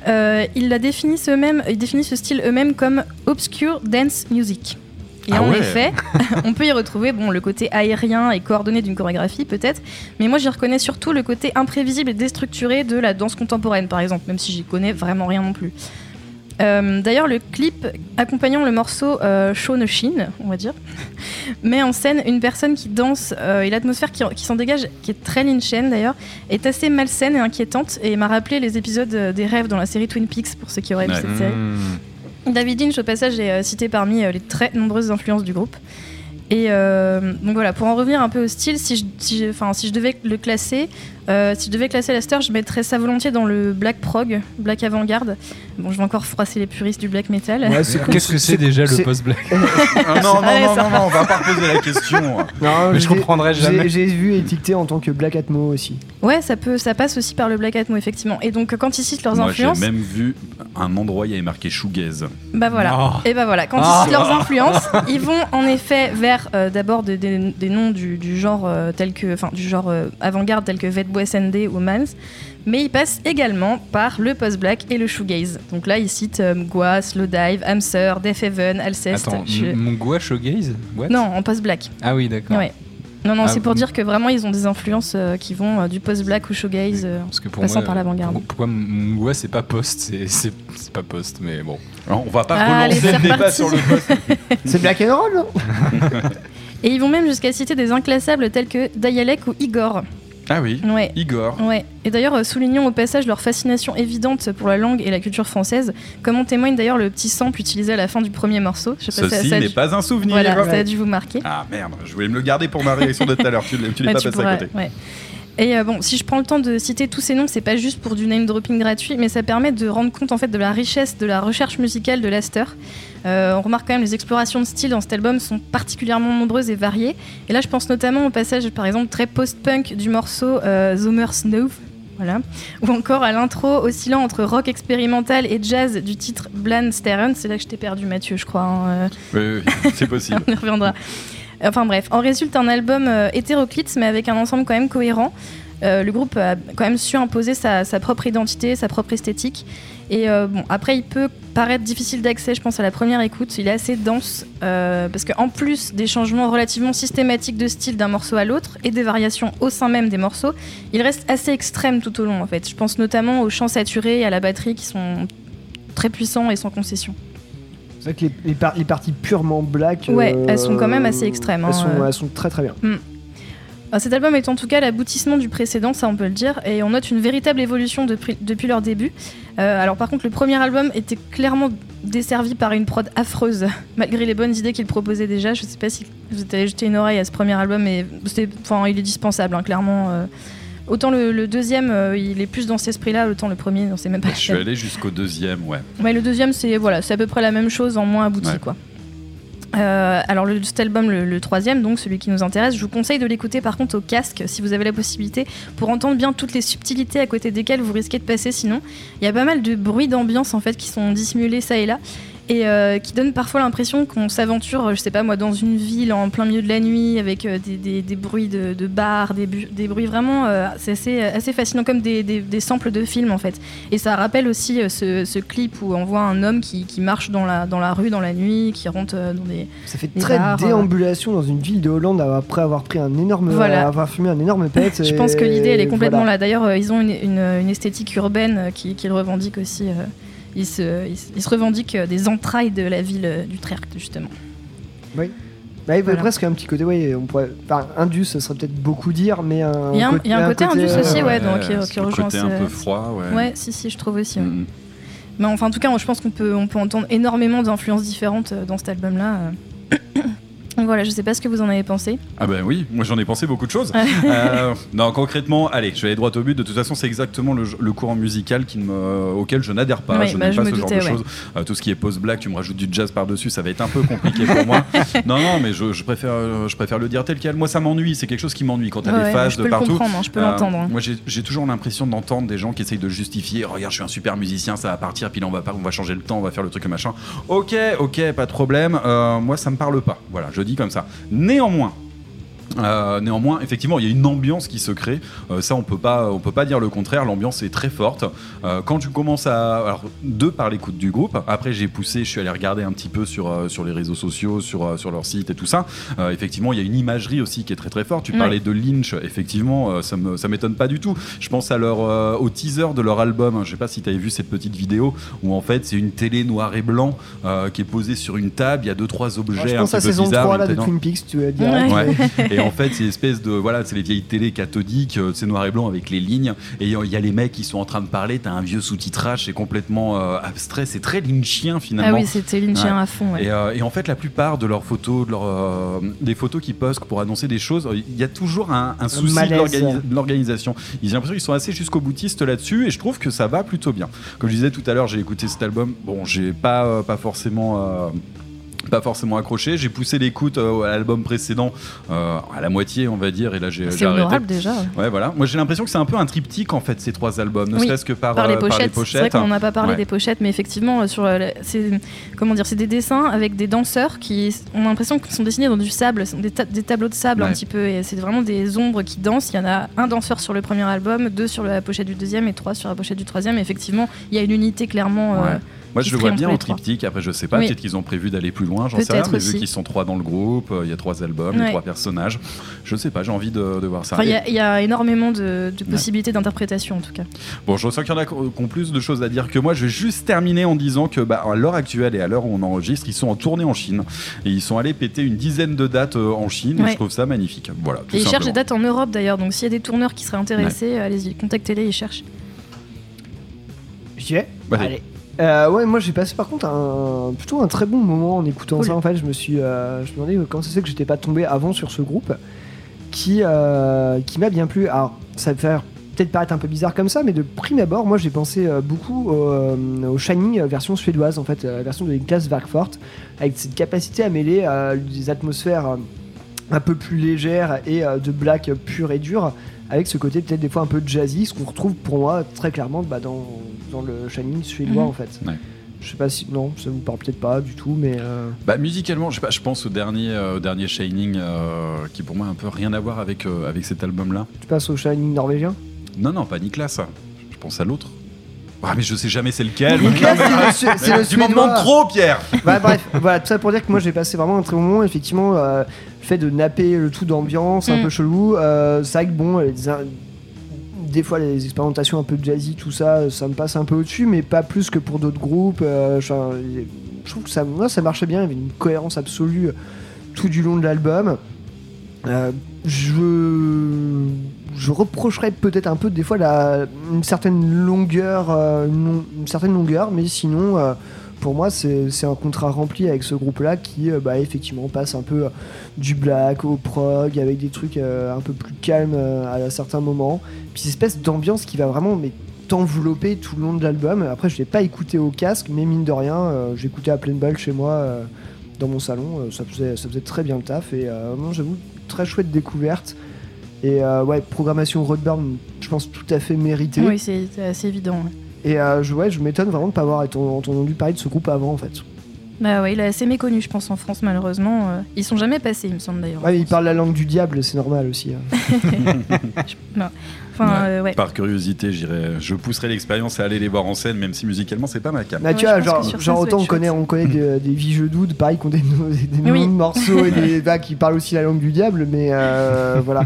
Ils définissent ce style eux-mêmes comme obscure dance music. Et en effet, on peut y retrouver le côté aérien et coordonné d'une chorégraphie peut-être, mais moi j'y reconnais surtout le côté imprévisible et déstructuré de la danse contemporaine par exemple, même si j'y connais vraiment rien non plus. D'ailleurs, le clip accompagnant le morceau Show No Shin, on va dire, met en scène une personne qui danse et l'atmosphère qui s'en dégage, qui est très lynchienne d'ailleurs, est assez malsaine et inquiétante et m'a rappelé les épisodes des rêves dans la série Twin Peaks pour ceux qui auraient vu cette série. David Lynch, au passage, est cité parmi les très nombreuses influences du groupe. Et donc voilà, pour en revenir un peu au style, si je devais le classer, si je devais classer Aster, je mettrais ça volontiers dans le black prog, black avant-garde. Bon, je vais encore froisser les puristes du black metal. Ouais, qu'est-ce que c'est déjà le post-black? Non, on va pas reposer la question. Non, mais je comprendrais jamais. J'ai vu étiqueté en tant que black atmo aussi. Ouais, ça passe aussi par le black atmo effectivement. Et donc quand ils citent leurs influences, j'ai même vu un endroit où il y avait marqué shoegaze. Bah voilà. Oh. Et bah voilà, quand ils citent leurs influences, ils vont en effet vers d'abord des noms du genre du genre avant-garde tel que Vetboessende ou Mans, mais ils passent également par le post-black et le shoegaze. Donc là, ils citent Mgwa, Slowdive, Hamster, Death Heaven, Alceste. Attends, Mgwa, shoegaze? What? Non, en post-black. Ah oui, d'accord. Ouais. Non, c'est pour dire que vraiment ils ont des influences qui vont du post-black au shoegaze, passant par l'avant-garde. Pourquoi Mgwa c'est pas post, c'est pas post, mais bon. Alors, on va pas relancer le débat sur le post. C'est black and roll, non? Et ils vont même jusqu'à citer des inclassables tels que Dialek ou Igor. Ah oui, ouais. Igor. Ouais. Et d'ailleurs, soulignons au passage leur fascination évidente pour la langue et la culture française, comme en témoigne d'ailleurs le petit sample utilisé à la fin du premier morceau. Je sais pas, ceci n'est pas un souvenir. Voilà, ça a dû vous marquer. Ah merde, je voulais me le garder pour ma réaction de tout à l'heure. Tu l'as pas passé à côté. Ouais. Et si je prends le temps de citer tous ces noms, c'est pas juste pour du name dropping gratuit, mais ça permet de rendre compte en fait de la richesse de la recherche musicale de l'Aster. On remarque quand même les explorations de style dans cet album sont particulièrement nombreuses et variées. Et là, je pense notamment au passage, par exemple, très post-punk du morceau Zomer Snow, voilà, ou encore à l'intro oscillant entre rock expérimental et jazz du titre Bland Steren. C'est là que je t'ai perdu, Mathieu, je crois. Hein. Oui, c'est possible. On y reviendra. Enfin bref, en résulte un album hétéroclite mais avec un ensemble quand même cohérent. Le groupe a quand même su imposer sa propre identité, sa propre esthétique. Et après il peut paraître difficile d'accès, je pense, à la première écoute. Il est assez dense parce qu'en plus des changements relativement systématiques de style d'un morceau à l'autre et des variations au sein même des morceaux, il reste assez extrême tout au long en fait. Je pense notamment aux chants saturés et à la batterie qui sont très puissants et sans concession. C'est vrai que les parties purement black... Ouais, elles sont quand même assez extrêmes. Elles sont très très bien. Cet album est en tout cas l'aboutissement du précédent, ça on peut le dire, et on note une véritable évolution depuis leur début. Alors par contre, le premier album était clairement desservi par une prod affreuse, malgré les bonnes idées qu'il proposait déjà. Je sais pas si vous avez jeté une oreille à ce premier album, mais il est dispensable, hein, clairement. Autant le deuxième, il est plus dans cet esprit-là, autant le premier, on sait même pas. Je suis allé jusqu'au deuxième, ouais. Ouais, le deuxième, c'est à peu près la même chose, en moins abouti, quoi. Alors cet album, le troisième, donc celui qui nous intéresse, je vous conseille de l'écouter par contre au casque si vous avez la possibilité, pour entendre bien toutes les subtilités à côté desquelles vous risquez de passer sinon. Il y a pas mal de bruits d'ambiance en fait qui sont dissimulés ça et là. et qui donne parfois l'impression qu'on s'aventure, je sais pas moi, dans une ville en plein milieu de la nuit avec des bruits de bars, des bruits vraiment c'est assez fascinant, comme des samples de films en fait. Et ça rappelle aussi ce clip où on voit un homme qui marche dans la rue dans la nuit, qui rentre dans des ça fait des très bars, déambulation dans une ville de Hollande après avoir pris avoir fumé un énorme pet. Je pense que l'idée elle est complètement là. D'ailleurs ils ont une esthétique urbaine qu'ils revendiquent aussi. Ils se revendiquent des entrailles de la ville d'Utrecht, justement. Oui. Bah, il y a presque un petit côté, on pourrait... Enfin, Indus, ce serait peut-être beaucoup dire, mais il y a un côté Indus aussi, qui rejoint. Côté un peu froid, ouais. Ouais, si, je trouve aussi. Mais enfin, en tout cas, je pense qu'on peut entendre énormément d'influences différentes dans cet album-là. Voilà, je sais pas ce que vous en avez pensé. Ah ben oui, moi j'en ai pensé beaucoup de choses. Non, concrètement, allez, je vais aller droit au but. De toute façon, c'est exactement le courant musical auquel je n'adhère pas. Je n'aime pas ce genre de choses. Tout ce qui est post-black, tu me rajoutes du jazz par-dessus, ça va être un peu compliqué pour moi. Non, mais je préfère le dire tel quel. Moi, ça m'ennuie. C'est quelque chose qui m'ennuie quand t'as des phases de partout. Je peux l'entendre. Moi, j'ai toujours l'impression d'entendre des gens qui essayent de justifier. Regarde, je suis un super musicien, ça va partir. Puis là, on va changer le temps, on va faire le truc, le machin. Ok, pas de problème. Moi, ça me parle pas. Voilà, je dis comme ça. Néanmoins, effectivement, il y a une ambiance qui se crée. Ça, on peut pas dire le contraire. L'ambiance est très forte. Quand tu commences par l'écoute du groupe. Après, j'ai poussé, je suis allé regarder un petit peu sur les réseaux sociaux, sur leur site et tout ça. Effectivement, il y a une imagerie aussi qui est très très forte. Tu parlais de Lynch. Effectivement, ça m'étonne pas du tout. Je pense au teaser de leur album. Je sais pas si tu avais vu cette petite vidéo où en fait c'est une télé noir et blanc qui est posée sur une table. Il y a 2-3 objets un petit peu bizarres. Je pense à saison 3 là, de Twin Peaks, tu veux dire. Ouais. Et en fait, c'est une espèce de c'est les vieilles télé cathodiques, c'est noir et blanc avec les lignes. Et il y a les mecs qui sont en train de parler. T'as un vieux sous-titrage, c'est complètement abstrait. C'est très lynchien finalement. Ah oui, c'était lynchien à fond. Ouais. Et en fait, la plupart de leurs photos, des photos qu'ils postent pour annoncer des choses, il y a toujours un souci de l'organisation. J'ai l'impression qu'ils sont assez jusqu'au boutiste là-dessus, et je trouve que ça va plutôt bien. Comme je disais tout à l'heure, j'ai écouté cet album. Bon, j'ai pas forcément accroché. J'ai poussé l'écoute à l'album précédent à la moitié, on va dire, et là j'ai c'est arrêté. honorable déjà. Ouais, voilà. Moi j'ai l'impression que c'est un peu un triptyque en fait, ces 3 albums, ne serait-ce que par les pochettes. C'est vrai qu'on n'a pas parlé des pochettes, mais effectivement c'est des dessins avec des danseurs qui ont l'impression qu'ils sont dessinés dans du sable, des tableaux de sable un petit peu, et c'est vraiment des ombres qui dansent. Il y en a un danseur sur le premier album, 2 sur la pochette du deuxième et 3 sur la pochette du troisième. Effectivement, il y a une unité clairement. Moi je le vois bien en triptyque. Après je sais pas, peut-être qu'ils ont prévu d'aller plus loin, j'en sais rien, mais vu qu'ils sont 3 dans le groupe, il y a 3 albums, 3 personnages, je sais pas, j'ai envie de voir ça. Il y a énormément de possibilités d'interprétation en tout cas. Bon, je ressens qu'il y en a qui ont plus de choses à dire que moi. Je vais juste terminer en disant que à l'heure actuelle et à l'heure où on enregistre, ils sont en tournée en Chine et ils sont allés péter une dizaine de dates en Chine, et je trouve ça magnifique. Voilà, tout et ils simplement. cherchent des dates en Europe d'ailleurs, donc s'il y a des tourneurs qui seraient intéressés, allez-y, contactez-les, ils cherchent. J'y vais. Allez. Moi j'ai passé par contre plutôt un très bon moment en écoutant ça. En fait, je me demandais comment ça se fait que j'étais pas tombé avant sur ce groupe qui m'a bien plu. Alors ça va peut-être paraître un peu bizarre comme ça, mais de prime abord, moi j'ai pensé beaucoup au Shining version suédoise, en fait, version de Niklas Werkfort, avec cette capacité à mêler des atmosphères un peu plus légères et de black pur et dur, avec ce côté peut-être des fois un peu jazzy, ce qu'on retrouve pour moi très clairement dans le Shining suédois en fait. Ouais. Je sais pas si non, ça vous parle peut-être pas du tout, mais musicalement, je sais pas, je pense au dernier Shining qui pour moi a un peu rien à voir avec cet album-là. Tu passes au Shining norvégien ? Non, pas Niklas. Je pense à l'autre. Ah mais je sais jamais c'est lequel. Tu m'en demandes trop, Pierre. Bref, voilà, tout ça pour dire que moi j'ai passé vraiment un très bon moment. Effectivement, le fait de napper le tout d'ambiance un peu chelou, c'est vrai que bon, des fois les expérimentations un peu jazzy, tout ça, ça me passe un peu au-dessus, mais pas plus que pour d'autres groupes. Je trouve que ça marchait bien, il y avait une cohérence absolue tout du long de l'album. Je reprocherais peut-être un peu des fois une certaine longueur, mais sinon pour moi c'est un contrat rempli avec ce groupe-là qui effectivement passe un peu du black au prog avec des trucs un peu plus calmes à certains moments, puis cette espèce d'ambiance qui va vraiment t'envelopper tout le long de l'album. Après je l'ai pas écouté au casque, mais mine de rien j'écoutais à pleine balle chez moi dans mon salon, ça faisait très bien le taf, et non, j'avoue, très chouette découverte. Et programmation Roadburn, je pense tout à fait méritée. Oui, c'est assez évident. Et je m'étonne vraiment de ne pas avoir entendu parler de ce groupe avant en fait. Bah ouais, il est assez méconnu, je pense, en France, malheureusement. Ils sont jamais passés, il me semble d'ailleurs. Ouais, il parle la langue du diable, c'est normal aussi. Ouais. Par curiosité, je pousserai l'expérience à aller les voir en scène, même si musicalement c'est pas ma cam. Bah, tu vois, genre autant on connaît des vieux dudes, pareil, qui ont des noms de morceaux et qui parlent aussi la langue du diable, mais voilà.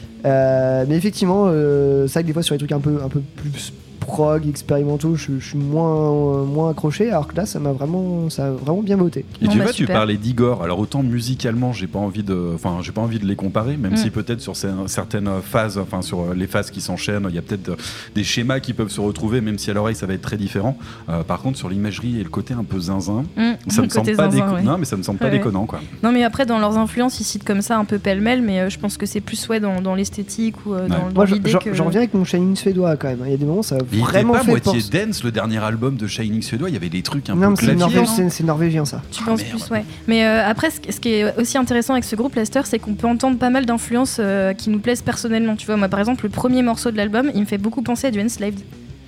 Mais effectivement, c'est vrai que des fois sur les trucs un peu plus prog, expérimentaux, je suis moins accroché, alors que là ça a vraiment bien voté. Et tu vois, tu parlais d'Igor, alors autant musicalement j'ai pas envie de les comparer, même si peut-être sur certaines phases, enfin sur les phases qui s'enchaînent, il y a peut-être des schémas qui peuvent se retrouver, même si à l'oreille ça va être très différent. Par contre sur l'imagerie et le côté un peu zinzin, ça me semble pas non mais ça me semble pas déconnant quoi. Non mais après dans leurs influences ils citent comme ça un peu pêle-mêle, mais je pense que c'est plus dans l'esthétique ou dans l'idée que... J'en reviens avec mon Shining suédois quand même, il y a des moments ça vraiment fait moitié dance, le dernier album de Shining suédois, il y avait des trucs un peu clavier. C'est norvégien ça. Tu penses plus, ouais. Mais après, ce qui est aussi intéressant avec ce groupe Leicester, c'est qu'on peut entendre pas mal d'influences qui nous plaisent personnellement. Tu vois, moi par exemple, le premier morceau de l'album, il me fait beaucoup penser à du Enslaved.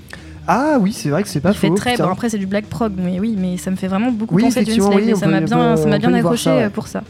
Ah oui, c'est vrai que c'est pas faux. Il fait très bon. Après, c'est du black prog, mais oui, mais ça me fait vraiment beaucoup penser à du Enslaved et ça m'a bien accroché pour ça.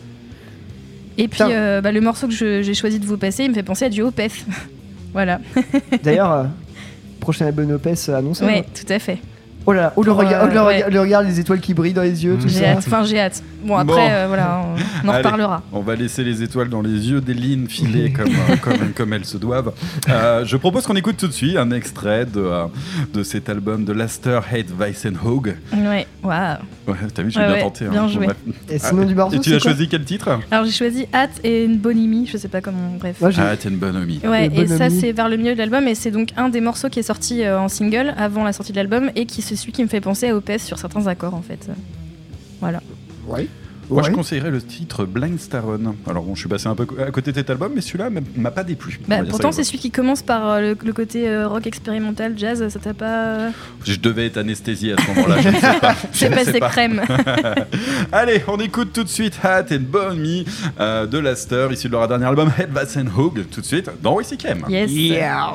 Et puis, le morceau que j'ai choisi de vous passer, il me fait penser à du Opeth. Voilà. D'ailleurs. Prochain album Opeth annoncé. Ouais, tout à fait. Oh là là, le regard, les étoiles qui brillent dans les yeux, tout ça. J'ai hâte. Bon, après, on en reparlera. On va laisser les étoiles dans les yeux d'Eline filer comme elles se doivent. Je propose qu'on écoute tout de suite un extrait de cet album de Laster Hate Weissenhoog. Ouais, waouh. Ouais, t'as vu, j'ai bien tenté. Bien joué. Et sinon du morceau, et tu as choisi quel titre? Alors j'ai choisi Hat et une bonhomie, je sais pas comment, bref. Hat et une bonhomie. Ouais, et ça c'est vers le milieu de l'album et c'est donc un des morceaux qui est sorti en single avant la sortie de l'album et c'est celui qui me fait penser à Opeth sur certains accords en fait. Voilà. Ouais. Moi, je conseillerais le titre Blind Staron. Alors, bon, je suis passé un peu à côté de cet album, mais celui-là m'a pas déplu. Pourtant, c'est celui qui commence par le côté rock expérimental, jazz. Ça t'a pas. Je devais être anesthésié à ce moment-là. Je ne sais pas. C'est passé crème. Allez, on écoute tout de suite Hat and Bonnie de Laster, issu de leur dernier album Hate Weissenhoog. Tout de suite dans WCKM. Yes. Yeah.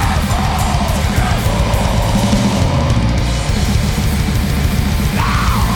Now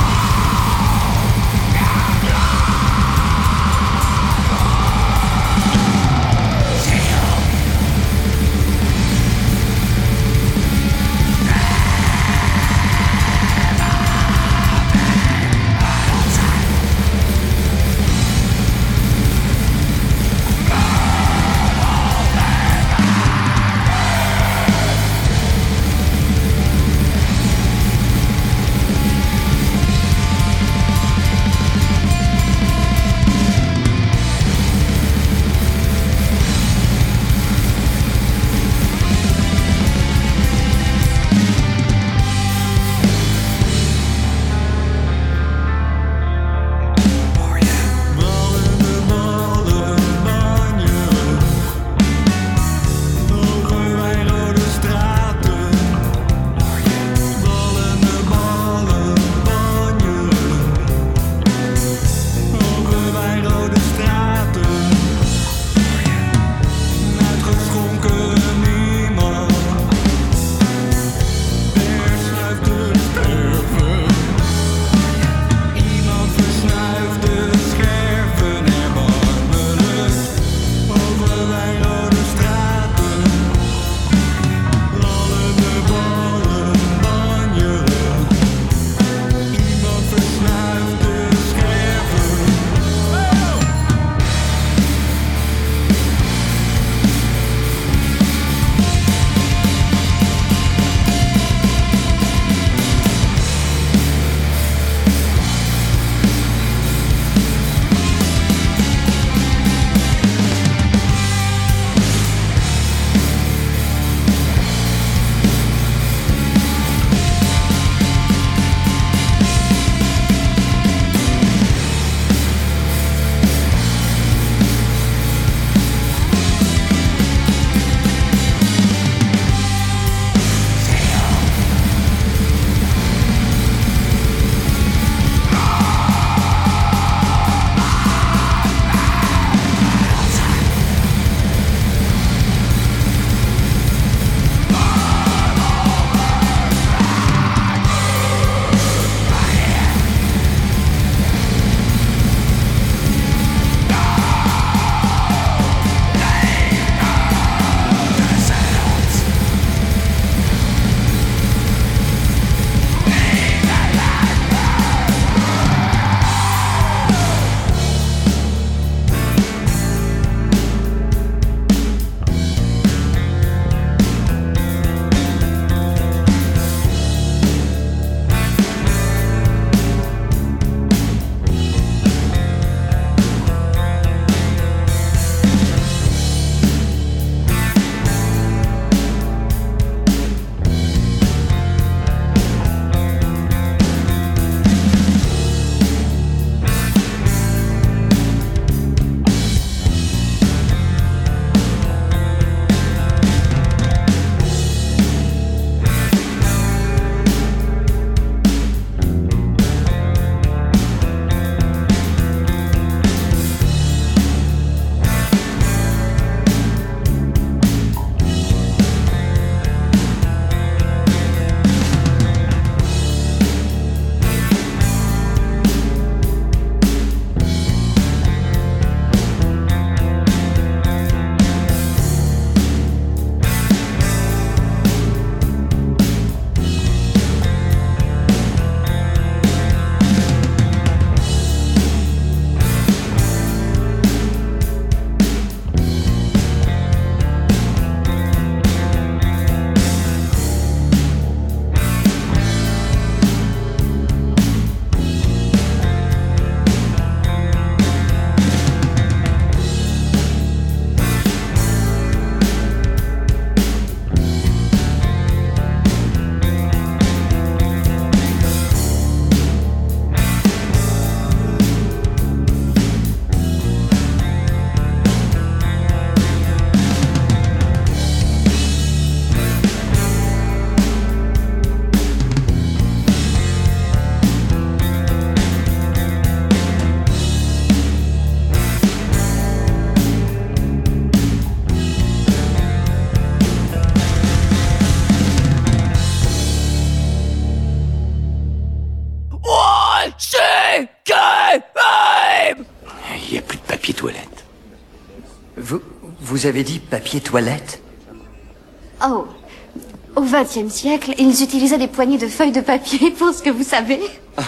papier toilette. Vous avez dit papier toilette? Oh, au XXe siècle, ils utilisaient des poignées de feuilles de papier pour ce que vous savez.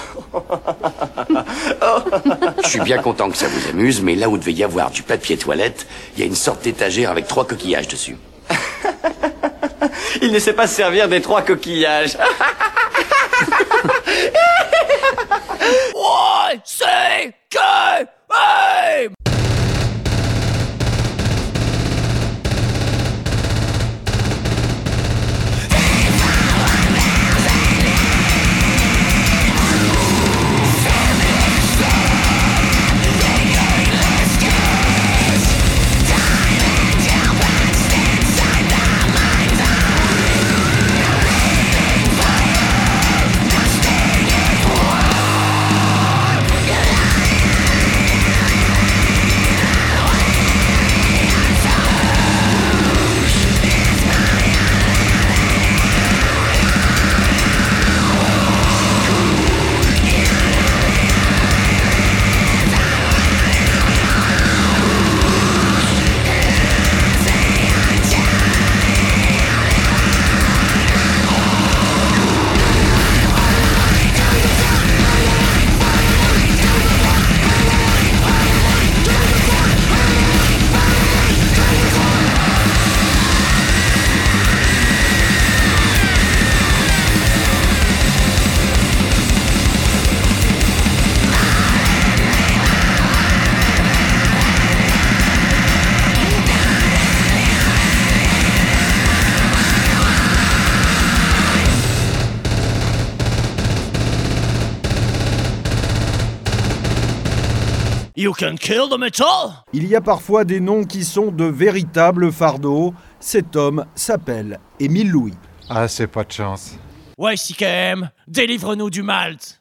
Je suis bien content que ça vous amuse, mais là où devait y avoir du papier toilette, il y a une sorte d'étagère avec 3 coquillages dessus. Il ne sait pas se servir des 3 coquillages. Y-C-K-M. You can kill the metal? Il y a parfois des noms qui sont de véritables fardeaux. Cet homme s'appelle Émile Louis. Ah, c'est pas de chance. Y-C-K-M, délivre-nous du malt.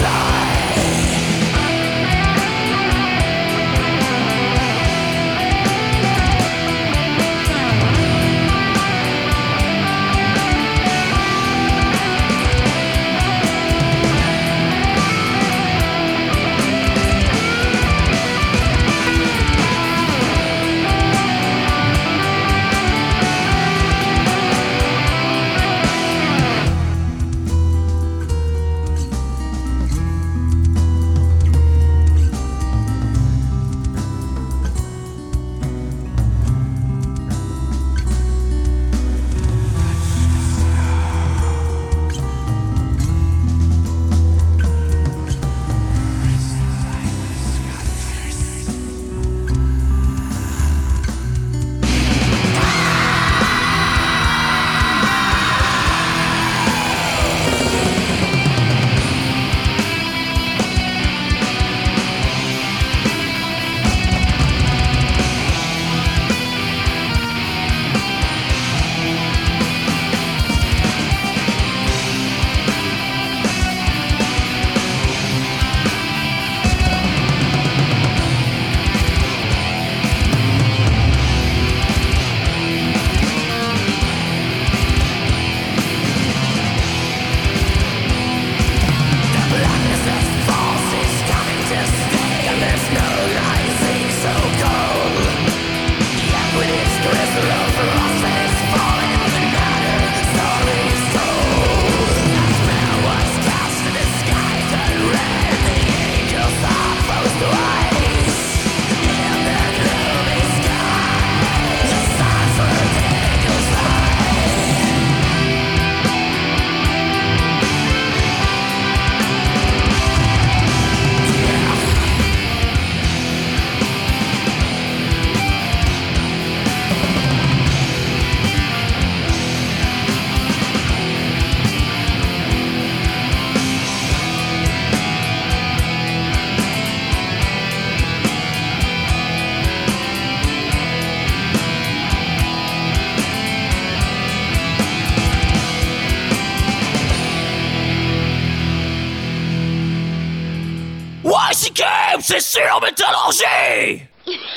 C'est sûr, métallurgie!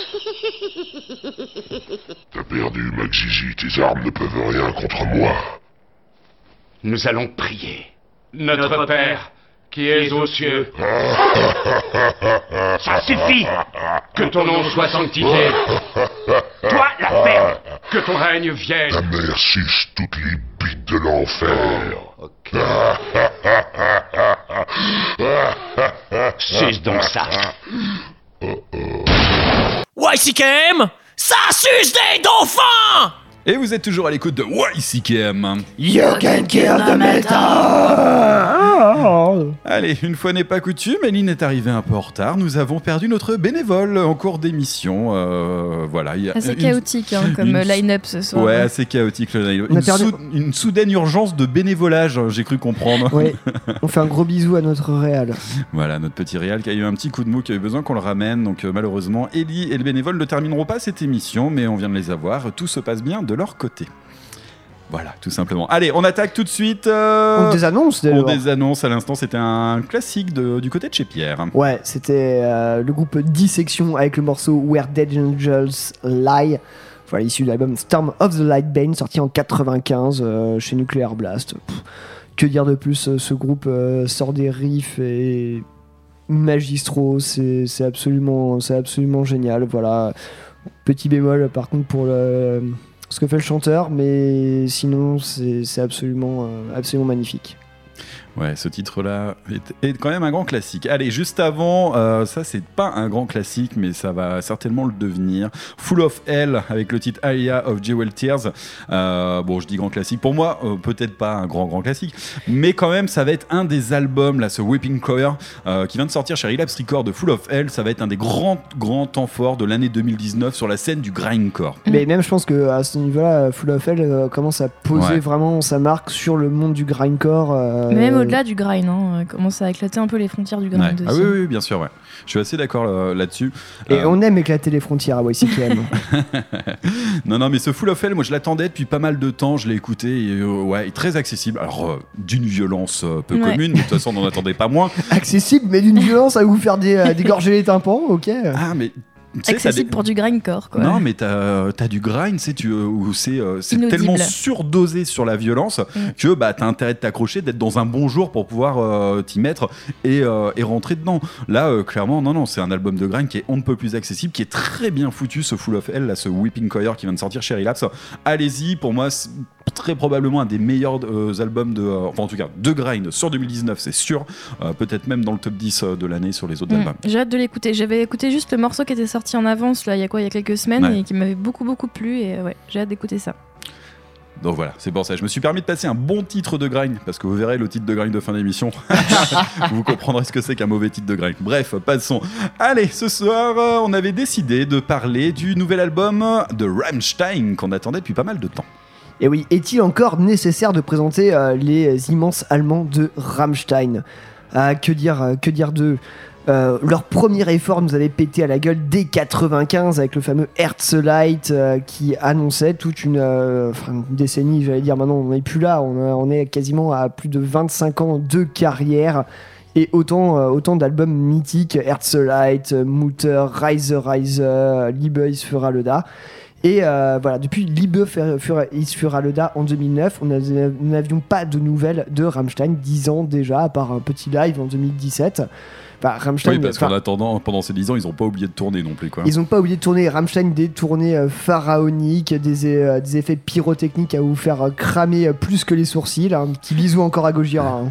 T'as perdu, MacGigi, tes armes ne peuvent rien contre moi. Nous allons prier. Notre Père, qui es aux cieux. Ça suffit! Que ton nom soit sanctifié. Toi, la ferme! Que ton règne vienne. Ta mère suce toutes les bites de l'enfer. Ok. Suce donc ça. YCKM, ça suce des dauphins! Et vous êtes toujours à l'écoute de YCKM. You can kill the metal. Allez, une fois n'est pas coutume, Eline est arrivée un peu en retard. Nous avons perdu notre bénévole en cours d'émission. Voilà. Assez chaotique comme line-up ce soir. Ouais, assez chaotique le line-up. Une soudaine urgence de bénévolage, j'ai cru comprendre. Oui, on fait un gros bisou à notre réal. Voilà, notre petit réal qui a eu un petit coup de mou, qui a eu besoin qu'on le ramène. Donc malheureusement, Ellie et le bénévole ne termineront pas cette émission, mais on vient de les avoir. Tout se passe bien de leur côté. Voilà, tout simplement. Allez, on attaque tout de suite. On des annonces, On des annonces. À l'instant, c'était un classique du côté de chez Pierre. Ouais, c'était le groupe Dissection avec le morceau Where Dead Angels Lie. Voilà, issu de l'album Storm of the Light Bane, sorti en 95 chez Nuclear Blast. Que dire de plus, ce groupe sort des riffs et magistraux. C'est absolument génial. Voilà. Petit bémol, par contre, pour ce que fait le chanteur, mais sinon c'est absolument magnifique. Ouais, ce titre-là est quand même un grand classique. Allez, juste avant, ça c'est pas un grand classique, mais ça va certainement le devenir. Full of Hell avec le titre Alia of Jewel Tears. Bon, je dis grand classique. Pour moi, peut-être pas un grand classique, mais quand même, ça va être un des albums, là, ce Weeping Choir, qui vient de sortir chez Relapse Records de Full of Hell. Ça va être un des grands temps forts de l'année 2019 sur la scène du grindcore. Mais même, je pense qu'à ce niveau-là, Full of Hell commence à poser vraiment sa marque sur le monde du grindcore. Même au-delà du grind, hein, commence à éclater un peu les frontières du grind aussi. Ah oui, bien sûr, ouais. Je suis assez d'accord là-dessus. Et on aime éclater les frontières à YCKM. non, mais ce Full of Hell, moi je l'attendais depuis pas mal de temps, je l'ai écouté, et, ouais, très accessible. Alors, d'une violence peu commune, mais de toute façon on n'en attendait pas moins. Accessible, mais d'une violence à vous faire dégorger les tympans, ok. Ah, mais... accessible pour du grindcore, quoi. Non, mais t'as du grind, où c'est tellement surdosé sur la violence que t'as intérêt de t'accrocher, d'être dans un bon jour pour pouvoir t'y mettre et rentrer dedans. Là, clairement, non, c'est un album de grind qui est on ne peut plus accessible, qui est très bien foutu, ce Full of Hell, là, ce Weeping Choir qui vient de sortir chez Relapse. Allez-y, pour moi, c'est très probablement un des meilleurs albums enfin en tout cas de grind sur 2019, c'est sûr, peut-être même dans le top 10 de l'année sur les autres albums. J'ai hâte de l'écouter. J'avais écouté juste le morceau qui était sorti en avance là, il y a quelques semaines et qui m'avait beaucoup plu et j'ai hâte d'écouter ça. Donc voilà, c'est pour ça. Je me suis permis de passer un bon titre de grind, parce que vous verrez le titre de grind de fin d'émission. Vous comprendrez ce que c'est qu'un mauvais titre de grind. Bref, passons. Allez, ce soir, on avait décidé de parler du nouvel album de Rammstein qu'on attendait depuis pas mal de temps. Et oui, est-il encore nécessaire de présenter les immenses Allemands de Rammstein ? Que dire d'eux ? Leur premier effort nous avait pété à la gueule dès 95 avec le fameux Herzlite qui annonçait toute une décennie, j'allais dire. Maintenant on n'est plus là, on est quasiment à plus de 25 ans de carrière et autant d'albums mythiques, Herzlite, Mutter, Reise, Liebe ist für alle da. Et voilà, depuis Liebe ist für alle da en 2009, nous n'avions pas de nouvelles de Rammstein, 10 ans déjà, à part un petit live en 2017. Rammstein, oui, parce qu'en attendant, pendant ces 10 ans, ils n'ont pas oublié de tourner non plus, quoi. Ils n'ont pas oublié de tourner. Rammstein, des tournées pharaoniques, des effets pyrotechniques à vous faire cramer plus que les sourcils. Un petit bisou encore à Gojira. Hein.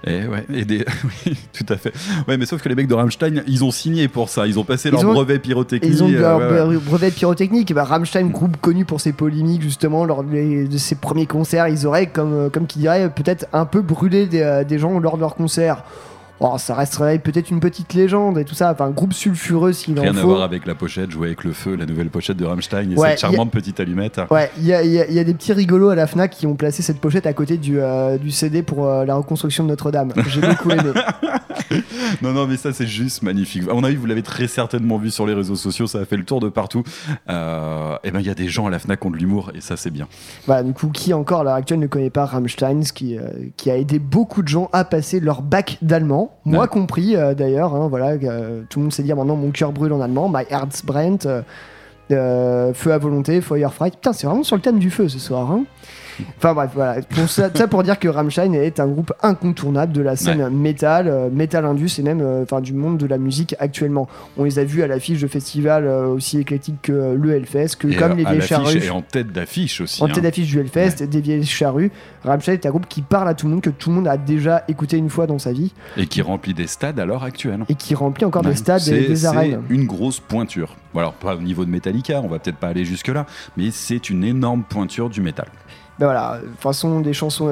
Oui, tout à fait. Ouais, mais sauf que les mecs de Rammstein, ils ont signé pour ça. Ils ont passé leur brevet pyrotechnique. Ils ont leur brevet pyrotechnique. Rammstein, groupe connu pour ses polémiques, justement, lors de ses premiers concerts, ils auraient, comme qui dirait, peut-être un peu brûlé des gens lors de leurs concerts. Oh, ça resterait peut-être une petite légende et tout ça. Enfin, un groupe sulfureux s'il en faut. Rien à voir avec la pochette, jouer avec le feu, la nouvelle pochette de Rammstein et cette charmante petite allumette. Ouais, il y a des petits rigolos à la Fnac qui ont placé cette pochette à côté du CD pour la reconstruction de Notre-Dame. J'ai beaucoup aimé. Non, mais ça c'est juste magnifique. À mon avis, vous l'avez très certainement vu sur les réseaux sociaux, ça a fait le tour de partout. Et ben il y a des gens à la Fnac qui ont de l'humour et ça c'est bien. Voilà, du coup, qui encore à l'heure actuelle ne connaît pas Rammstein, qui a aidé beaucoup de gens à passer leur bac d'allemand. Moi compris d'ailleurs, hein, voilà, tout le monde sait dire maintenant mon cœur brûle en allemand, my Herz brennt, feu à volonté, Feuerfrei. Putain, c'est vraiment sur le thème du feu ce soir. Hein. Enfin bref, voilà. Ça pour dire que Rammstein est un groupe incontournable de la scène métal indus et même du monde de la musique actuellement. On les a vus à l'affiche de festivals aussi éclectiques que le Hellfest, que comme les Vieilles Charrues. Et en tête d'affiche aussi. En tête d'affiche du Hellfest, des Vieilles Charrues. Rammstein est un groupe qui parle à tout le monde, que tout le monde a déjà écouté une fois dans sa vie. Et qui remplit des stades à l'heure actuelle. Et qui remplit encore des stades et des arènes. C'est une grosse pointure. Bon, alors pas au niveau de Metallica, on va peut-être pas aller jusque là, mais c'est une énorme pointure du métal. Ben voilà, de toute façon, des chansons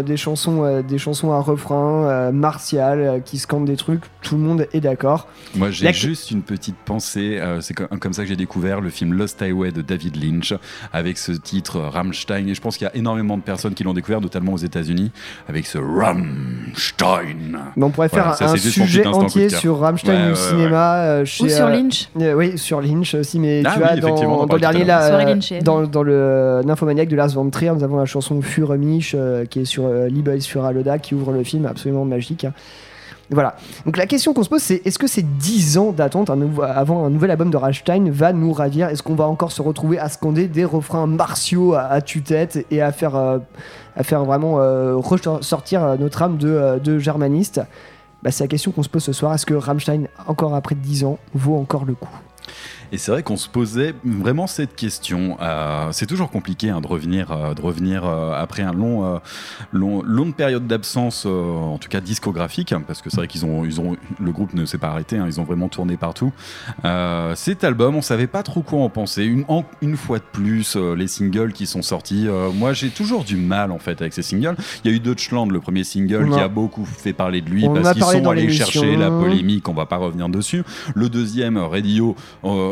à refrain, martial, qui scandent des trucs, tout le monde est d'accord. Moi j'ai juste une petite pensée, c'est comme ça que j'ai découvert le film Lost Highway de David Lynch, avec ce titre Rammstein, et je pense qu'il y a énormément de personnes qui l'ont découvert, notamment aux États-Unis, avec ce Rammstein. Mais on pourrait faire un sujet entier sur Rammstein au cinéma. Ou sur Lynch. Oui, sur Lynch aussi, mais tu vois, dans le dernier là, dans le Nymphomaniac de Lars von Trier, nous avons la chanson Für mich qui est sur Liebe ist für alle da, qui ouvre le film, absolument magique. Voilà. Donc la question qu'on se pose, c'est est-ce que ces 10 ans d'attente avant un nouvel album de Rammstein va nous ravir ? Est-ce qu'on va encore se retrouver à scander des refrains martiaux à tue-tête et à faire vraiment ressortir notre âme de germaniste ? C'est la question qu'on se pose ce soir. Est-ce que Rammstein, encore après 10 ans, vaut encore le coup ? Et c'est vrai qu'on se posait vraiment cette question. C'est toujours compliqué de revenir après un longue période d'absence, en tout cas discographique, parce que c'est vrai le groupe ne s'est pas arrêté, ils ont vraiment tourné partout. Cet album, on savait pas trop quoi en penser. Une fois de plus, les singles qui sont sortis, moi j'ai toujours du mal en fait avec ces singles. Il y a eu Deutschland, le premier single, qui a beaucoup fait parler de lui parce qu'ils sont allés chercher la polémique. On va pas revenir dessus. Le deuxième, Radio.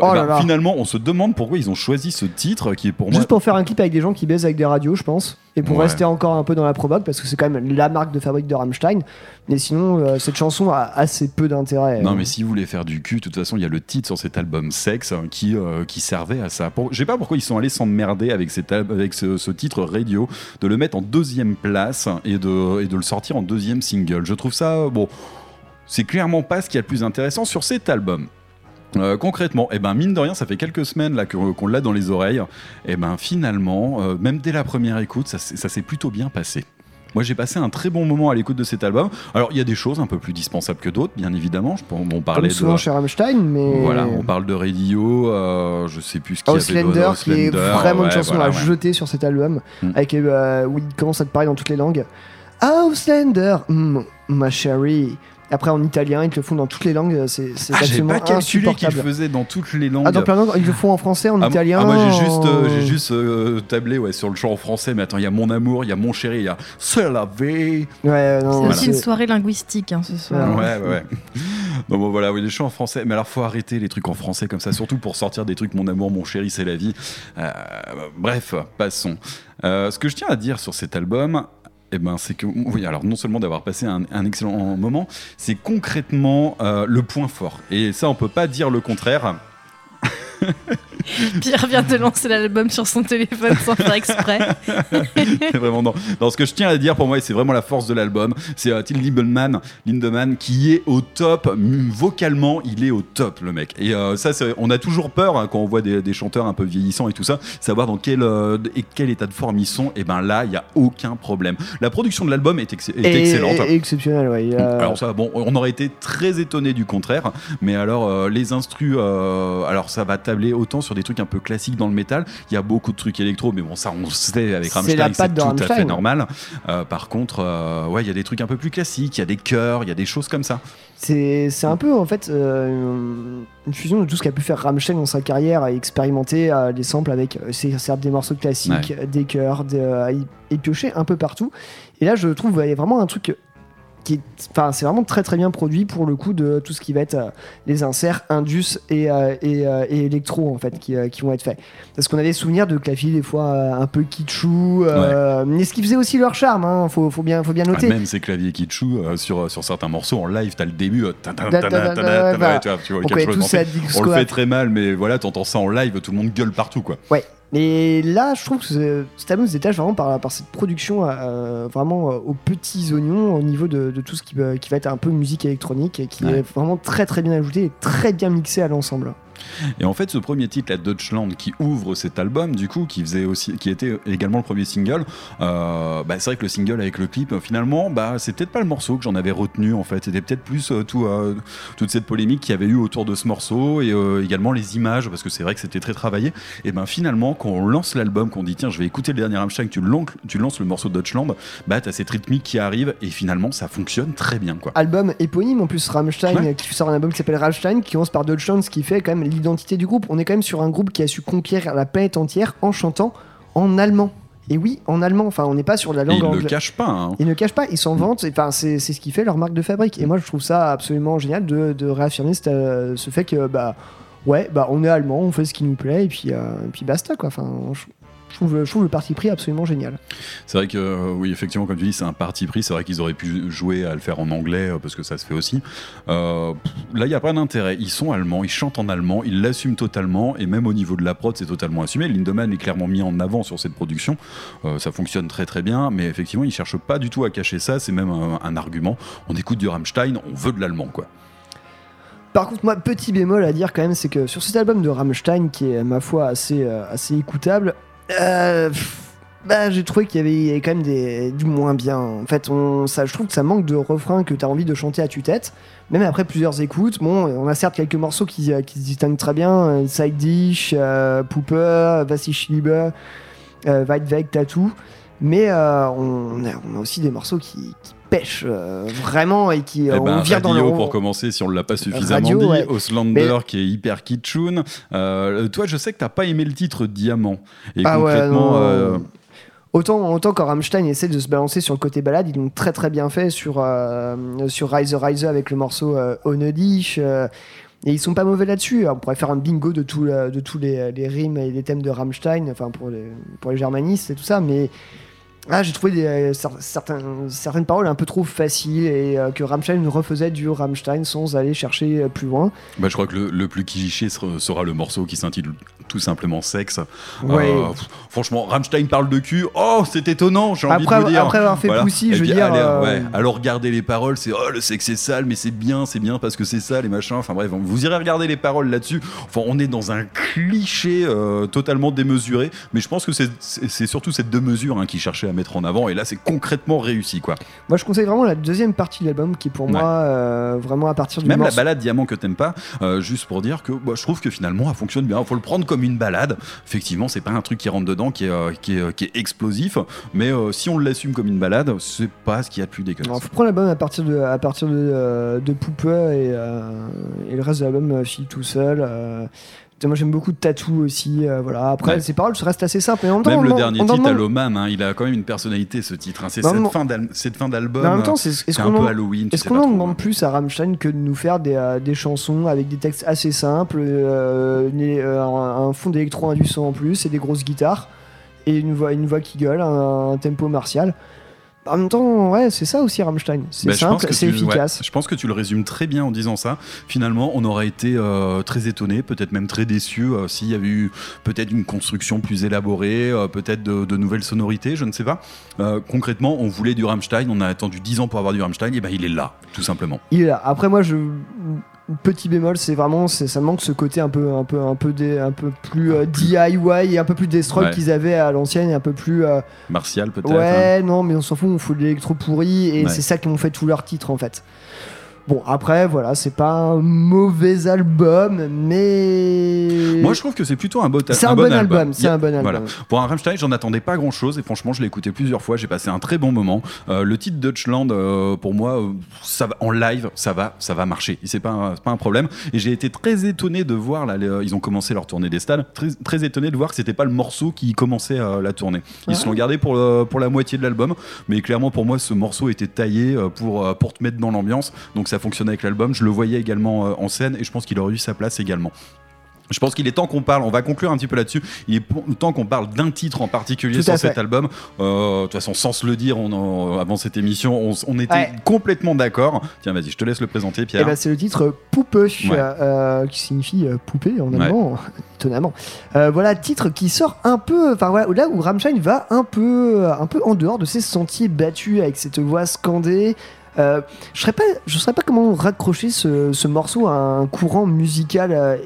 Oh là là. Finalement, on se demande pourquoi ils ont choisi ce titre qui est pour moi. Juste pour faire un clip avec des gens qui baisent avec des radios, je pense. Et pour rester encore un peu dans la provoque, parce que c'est quand même la marque de fabrique de Rammstein. Mais sinon, cette chanson a assez peu d'intérêt. Non, mais si vous voulez faire du cul, de toute façon, il y a le titre sur cet album Sex qui servait à ça. Je sais pas pourquoi ils sont allés s'emmerder avec ce titre Radio, de le mettre en 2e place et de le sortir en 2e single. Je trouve ça, c'est clairement pas ce qu'il y a de plus intéressant sur cet album. Concrètement, mine de rien, ça fait quelques semaines là qu'on l'a dans les oreilles. Finalement, même dès la première écoute, ça s'est plutôt bien passé. Moi, j'ai passé un très bon moment à l'écoute de cet album. Alors, il y a des choses un peu plus dispensables que d'autres, bien évidemment. On parlait souvent chez Rammstein, mais voilà, on parle de Radio. Je sais plus ce qu'il y avait d'autre. Auslander, qui est vraiment une chanson à jeter sur cet album, avec où il commence à te parler dans toutes les langues. Auslander, ma chérie. Après en italien, ils te le font dans toutes les langues, c'est absolument j'ai pas calculé qu'ils le faisaient dans toutes les langues. Dans plein de langues, ils le font en français, en italien. Moi j'ai juste tablé sur le chant en français, mais attends, il y a mon amour, il y a mon chéri, il y a c'est la vie. C'est aussi une soirée linguistique ce soir. Ouais. Donc voilà, les chants en français, mais alors faut arrêter les trucs en français comme ça, surtout pour sortir des trucs mon amour, mon chéri, c'est la vie. Bref, passons. Ce que je tiens à dire sur cet album, c'est que, alors non seulement d'avoir passé un excellent moment, c'est concrètement le point fort. Et ça, on peut pas dire le contraire. Pierre vient de lancer l'album sur son téléphone sans faire exprès. Vraiment, non, ce que je tiens à dire pour moi, et c'est vraiment la force de l'album, c'est Till Lindemann qui est au top. Vocalement, il est au top, le mec. Et ça, on a toujours peur quand on voit des chanteurs un peu vieillissants et tout ça, savoir dans quel état de forme ils sont. Et là, il n'y a aucun problème. La production de l'album est excellente. Exceptionnelle, ouais. Alors ça, on aurait été très étonné du contraire, mais alors les instrus, alors ça va tabler autant sur des trucs un peu classiques dans le métal. Il y a beaucoup de trucs électro, mais ça on sait avec Rammstein, c'est tout à fait normal. Par contre, il y a des trucs un peu plus classiques, il y a des chœurs, il y a des choses comme ça. C'est un peu en fait une fusion de tout ce qu'a pu faire Rammstein dans sa carrière, à expérimenter des samples avec certes des morceaux classiques, des chœurs, et piocher un peu partout. Et là, je trouve il y a vraiment un truc c'est vraiment très très bien produit pour le coup de tout ce qui va être les inserts indus et électro en fait qui vont être faits, parce qu'on a des souvenirs de claviers des fois un peu kitschou, mais ce qui faisait aussi leur charme, faut bien noter. Même ces claviers kitschou sur certains morceaux en live, t'as le début tu vois, on le fait très mal, mais voilà, t'entends ça en live, tout le monde gueule partout quoi. Ouais. Et là, je trouve que cet album se détache vraiment par cette production vraiment aux petits oignons au niveau de tout ce qui va être un peu musique électronique, et qui est vraiment très très bien ajouté et très bien mixé à l'ensemble. Et en fait, ce premier titre, la Deutschland, qui ouvre cet album, du coup, qui était également le premier single, c'est vrai que le single avec le clip, finalement, c'est peut-être pas le morceau que j'en avais retenu, en fait. C'était peut-être plus toute cette polémique qu'il y avait eu autour de ce morceau, et également les images, parce que c'est vrai que c'était très travaillé. Et finalement, quand on lance l'album, qu'on dit tiens, je vais écouter le dernier Rammstein, tu lances le morceau de Deutschland, t'as cette rythmique qui arrive, et finalement, ça fonctionne très bien, quoi. Album éponyme, en plus, Rammstein, qui sort un album qui s'appelle Rammstein, qui commence par Deutschland, ce qui fait quand même l'identité du groupe. On est quand même sur un groupe qui a su conquérir la planète entière en chantant en allemand. Et oui, en allemand. Enfin, on n'est pas sur la langue anglaise. Ils ne cachent pas. Ils ne cachent pas. Ils s'en vantent. Enfin, c'est ce qui fait leur marque de fabrique. Et moi, je trouve ça absolument génial de réaffirmer ce fait que on est allemand, on fait ce qui nous plaît, et puis basta quoi. Enfin, je trouve le parti pris absolument génial. C'est vrai que, oui, effectivement, comme tu dis, c'est un parti pris. C'est vrai qu'ils auraient pu jouer à le faire en anglais, parce que ça se fait aussi. Là, il n'y a pas d'intérêt. Ils sont allemands, ils chantent en allemand, ils l'assument totalement, et même au niveau de la prod, c'est totalement assumé. Lindemann est clairement mis en avant sur cette production. Ça fonctionne très très bien, mais effectivement, ils ne cherchent pas du tout à cacher ça. C'est même un argument. On écoute du Rammstein, on veut de l'allemand, quoi. Par contre, moi, petit bémol à dire quand même, c'est que sur cet album de Rammstein, qui est, ma foi, assez écoutable, j'ai trouvé qu'il y avait quand même du moins bien. En fait, je trouve que ça manque de refrains que t'as envie de chanter à tue-tête. Même après plusieurs écoutes, on a certes quelques morceaux qui se distinguent très bien, Side Dish, Puppe, Was ich liebe, Weit weg, Tattoo. Mais on a aussi des morceaux qui pêche vraiment, et qui on vire dans le pour commencer, si on l'a pas suffisamment dit, Auslander qui est hyper kitschoun. Toi, je sais que t'as pas aimé le titre Diamant, et concrètement autant quand Rammstein essaie de se balancer sur le côté balade, ils l'ont très très bien fait sur Rise avec le morceau Ohne dich. Et ils sont pas mauvais là-dessus. On pourrait faire un bingo de tous les rimes et les thèmes de Rammstein, enfin pour les germanistes et tout ça, mais j'ai trouvé certaines paroles un peu trop faciles et que Rammstein refaisait du Rammstein sans aller chercher plus loin. Je crois que le plus cliché sera le morceau qui s'intitule tout simplement Sexe. Ouais. Franchement, Rammstein parle de cul. Oh, c'est étonnant, j'ai envie de vous dire. Après avoir fait Pussy, je veux dire. Alors regardez les paroles, c'est le sexe c'est sale, mais c'est bien parce que c'est sale et machin. Enfin bref, vous irez regarder les paroles là-dessus. Enfin, on est dans un cliché totalement démesuré, mais je pense que c'est surtout cette mesure qui cherchait à mettre en avant, et là c'est concrètement réussi, quoi. Moi je conseille vraiment la deuxième partie de l'album qui est pour moi vraiment à partir du même morceau... la balade Diamant que t'aimes pas, juste pour dire que je trouve que finalement elle fonctionne bien. Faut le prendre comme une balade. Effectivement, c'est pas un truc qui rentre dedans qui est explosif, mais si on l'assume comme une balade, c'est pas ce qu'il y a de plus dégueulasse. Alors, faut prendre l'album à partir de Poupée et le reste de l'album file tout seul. Moi j'aime beaucoup de Tattoo aussi, voilà. Après ses paroles restent assez simples, mais en même temps, même le dernier titre, Allomam, il a quand même une personnalité, ce titre, c'est cette fin d'album, mais en même temps, c'est un peu Halloween. Est-ce qu'on en demande plus à Rammstein que de nous faire des chansons avec des textes assez simples, un fond d'électro-indus en plus et des grosses guitares et une voix qui gueule, un tempo martial? En même temps, c'est ça aussi Rammstein. C'est simple, c'est efficace. Je pense que tu le résumes très bien en disant ça. Finalement, on aurait été très étonné, peut-être même très déçu s'il y avait eu peut-être une construction plus élaborée, peut-être de nouvelles sonorités, je ne sais pas. Concrètement, on voulait du Rammstein, on a attendu 10 ans pour avoir du Rammstein, et il est là, tout simplement. Il est là. Après, moi, petit bémol, ça manque ce côté un peu plus DIY et un peu plus destroy qu'ils avaient à l'ancienne, et un peu plus martial peut-être. Non, mais on s'en fout, on fout de l'électro pourri et c'est ça qui m'ont fait tous leurs titres en fait. Bon, après, voilà, c'est pas un mauvais album, mais... Moi, je trouve que c'est plutôt un bon album. C'est un bon album. Voilà. Pour un Rammstein, j'en attendais pas grand-chose, et franchement, je l'ai écouté plusieurs fois, j'ai passé un très bon moment. Le titre Deutschland, pour moi, ça va, en live, ça va marcher. C'est pas un problème. Et j'ai été très étonné de voir, là, ils ont commencé leur tournée des stades, très, très étonné de voir que c'était pas le morceau qui commençait la tournée. Ils se l'ont gardé pour la moitié de l'album, mais clairement, pour moi, ce morceau était taillé pour te mettre dans l'ambiance, donc ça fonctionnait avec l'album. Je le voyais également en scène, et je pense qu'il aurait eu sa place également. Je pense qu'il est temps qu'on parle, on va conclure un petit peu là-dessus, il est temps qu'on parle d'un titre en particulier sur cet album. De toute façon, sans se le dire, avant cette émission, on était complètement d'accord. Tiens, vas-y, je te laisse le présenter, Pierre. C'est le titre Puppe, qui signifie poupée en allemand, étonnamment. Voilà, titre qui sort un peu, là où Rammstein va un peu en dehors de ses sentiers battus avec cette voix scandée. Je saurais pas comment raccrocher ce morceau à un courant musical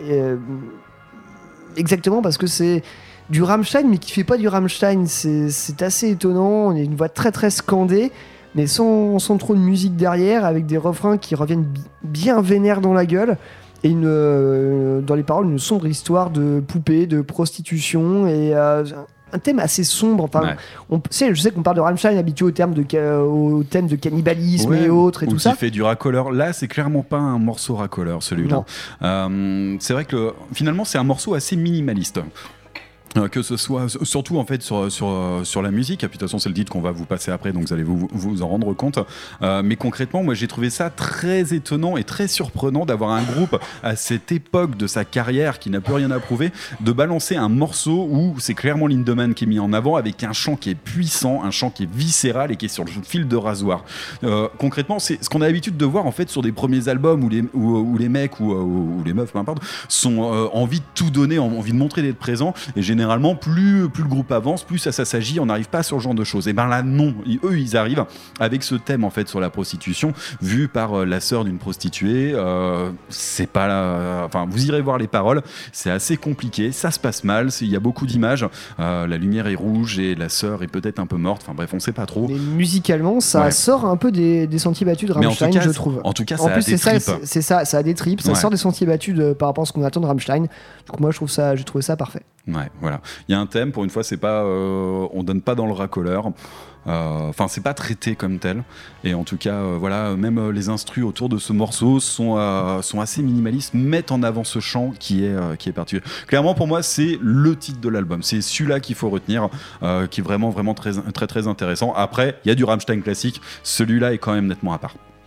exactement, parce que c'est du Rammstein mais qui fait pas du Rammstein. C'est assez étonnant. On a une voix très très scandée mais sans trop de musique derrière, avec des refrains qui reviennent bien vénères dans la gueule, et dans les paroles une sombre histoire de poupée, de prostitution, et un thème assez sombre. Je sais qu'on parle de Rammstein habitué au thème de cannibalisme et autres et tout ça. Qui fait du racoleur. Là, c'est clairement pas un morceau racoleur, celui-là. C'est vrai que finalement, c'est un morceau assez minimaliste. Que ce soit surtout en fait sur la musique, et puis de toute façon c'est le titre qu'on va vous passer après, donc vous allez vous en rendre compte, mais concrètement moi j'ai trouvé ça très étonnant et très surprenant d'avoir un groupe à cette époque de sa carrière qui n'a plus rien à prouver, de balancer un morceau où c'est clairement Lindemann qui est mis en avant, avec un chant qui est puissant, un chant qui est viscéral et qui est sur le fil de rasoir. Concrètement c'est ce qu'on a l'habitude de voir en fait sur des premiers albums où les mecs ou les meufs, peu importe, sont envie de tout donner, envie de montrer d'être présents, et généralement, plus le groupe avance, plus ça s'agit, on n'arrive pas à ce genre de choses. Et ben là, non. Eux, ils arrivent avec ce thème en fait sur la prostitution, vu par la sœur d'une prostituée. C'est pas, vous irez voir les paroles. C'est assez compliqué. Ça se passe mal. Il y a beaucoup d'images. La lumière est rouge et la sœur est peut-être un peu morte. Enfin bref, on sait pas trop. Mais musicalement, ça sort un peu des sentiers battus de Rammstein, je trouve. En tout cas, ça a des tripes. C'est ça a des tripes. Ça sort des sentiers battus par rapport à ce qu'on attend de Rammstein. Donc moi, j'ai trouvé ça parfait. Ouais, voilà. Il y a un thème, pour une fois, c'est pas, on donne pas dans le racoleur. C'est pas traité comme tel. Et en tout cas, même les instrus autour de ce morceau sont assez minimalistes, mettent en avant ce chant qui est particulier. Clairement, pour moi, c'est le titre de l'album. C'est celui-là qu'il faut retenir, qui est vraiment, vraiment très, très, très intéressant. Après, il y a du Rammstein classique. Celui-là est quand même nettement à part.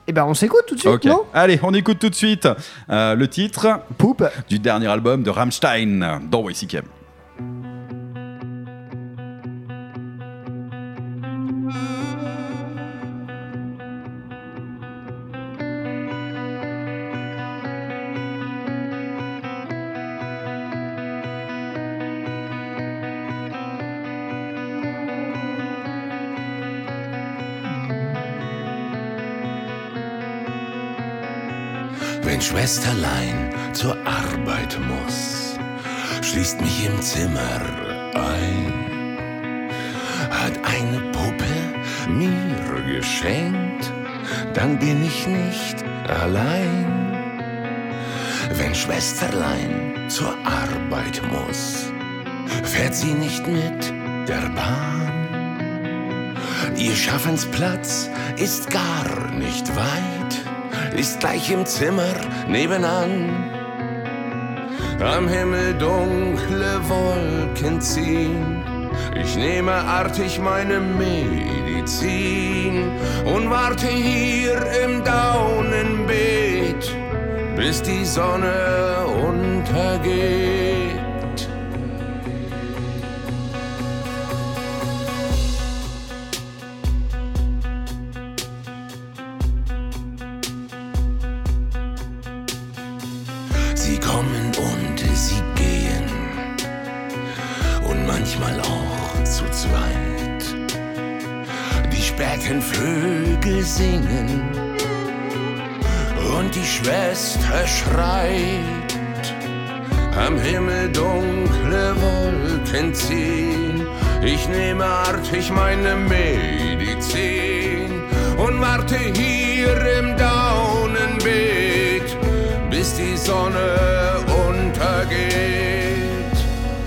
Et ben on s'écoute tout de suite, non ? Allez, on écoute tout de suite le titre Poupe du dernier album de Rammstein dans YCKM. Wenn Schwesterlein zur Arbeit muss, schließt mich im Zimmer ein, hat eine Puppe mir geschenkt, dann bin ich nicht allein. Wenn Schwesterlein zur Arbeit muss, fährt sie nicht mit der Bahn. Ihr Schaffensplatz ist gar nicht weit, ist gleich im Zimmer nebenan. Am Himmel dunkle Wolken ziehen, ich nehme artig meine Medizin und warte hier im Daunenbeet, bis die Sonne untergeht. Sie kommen und sie gehen und manchmal auch zu zweit. Die späten Vögel singen und die Schwester schreit. Am Himmel dunkle Wolken ziehen, ich nehme artig meine Medizin und warte hier im Daunenbeet, bis die Sonne untergeht.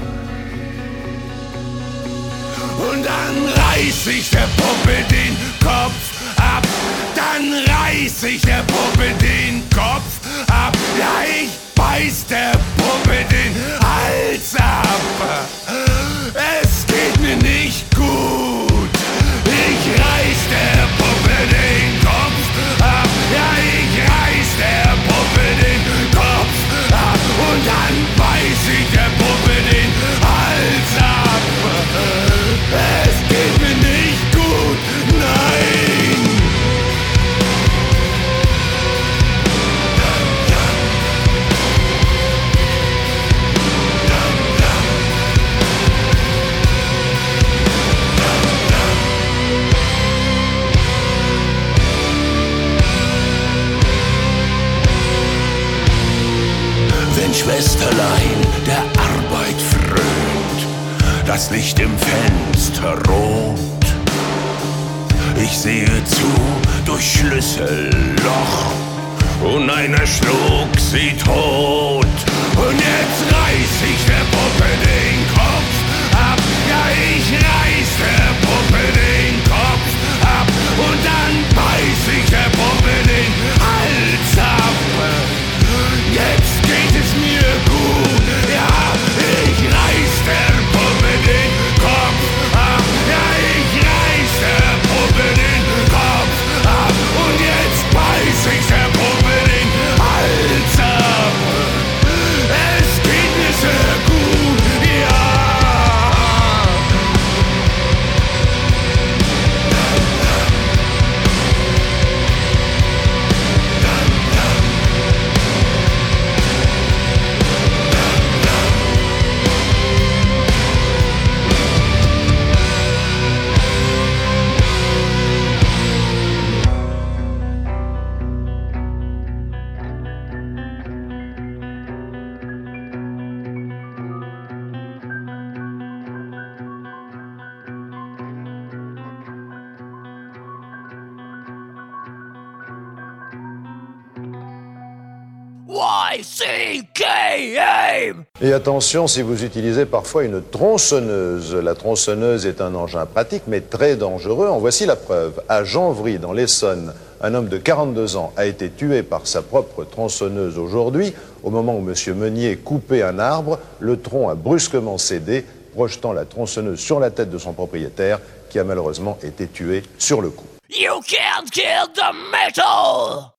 Und dann reiß ich der Puppe den Kopf ab, dann reiß ich der Puppe den Kopf ab, ja, ich beiß der Puppe den Hals ab. Es geht mir nicht gut, ich reiß der Puppe den Kopf ab, ja, ich reiß der Puppe den Kopf ab und dann beiß ich der Puppe den Hals ab. Es geht mir nicht gut, nein. Wenn Schwesterlein der Arbeit frönt, das Licht im Fenster rot, ich sehe zu durch Schlüsselloch und einer schlug sie tot. Und jetzt reiß ich der Puppe den Kopf ab, ja, ich reiß der Puppe den Kopf ab und dann beiß ich der Puppe den Hals ab. Jetzt geht es mir gut, ja, ich reiß der Puppe den Kopf ab, ja, ich reiß der Puppe den Kopf ab und jetzt beiß ich der Puppe den Hals ab. Es geht mir sehr gut, ja. YCKM. Et attention si vous utilisez parfois une tronçonneuse. La tronçonneuse est un engin pratique mais très dangereux. En voici la preuve. À Janvry, dans l'Essonne, un homme de 42 ans a été tué par sa propre tronçonneuse aujourd'hui. Au moment où M. Meunier coupait un arbre, le tronc a brusquement cédé, projetant la tronçonneuse sur la tête de son propriétaire, qui a malheureusement été tué sur le coup. You can't kill the metal!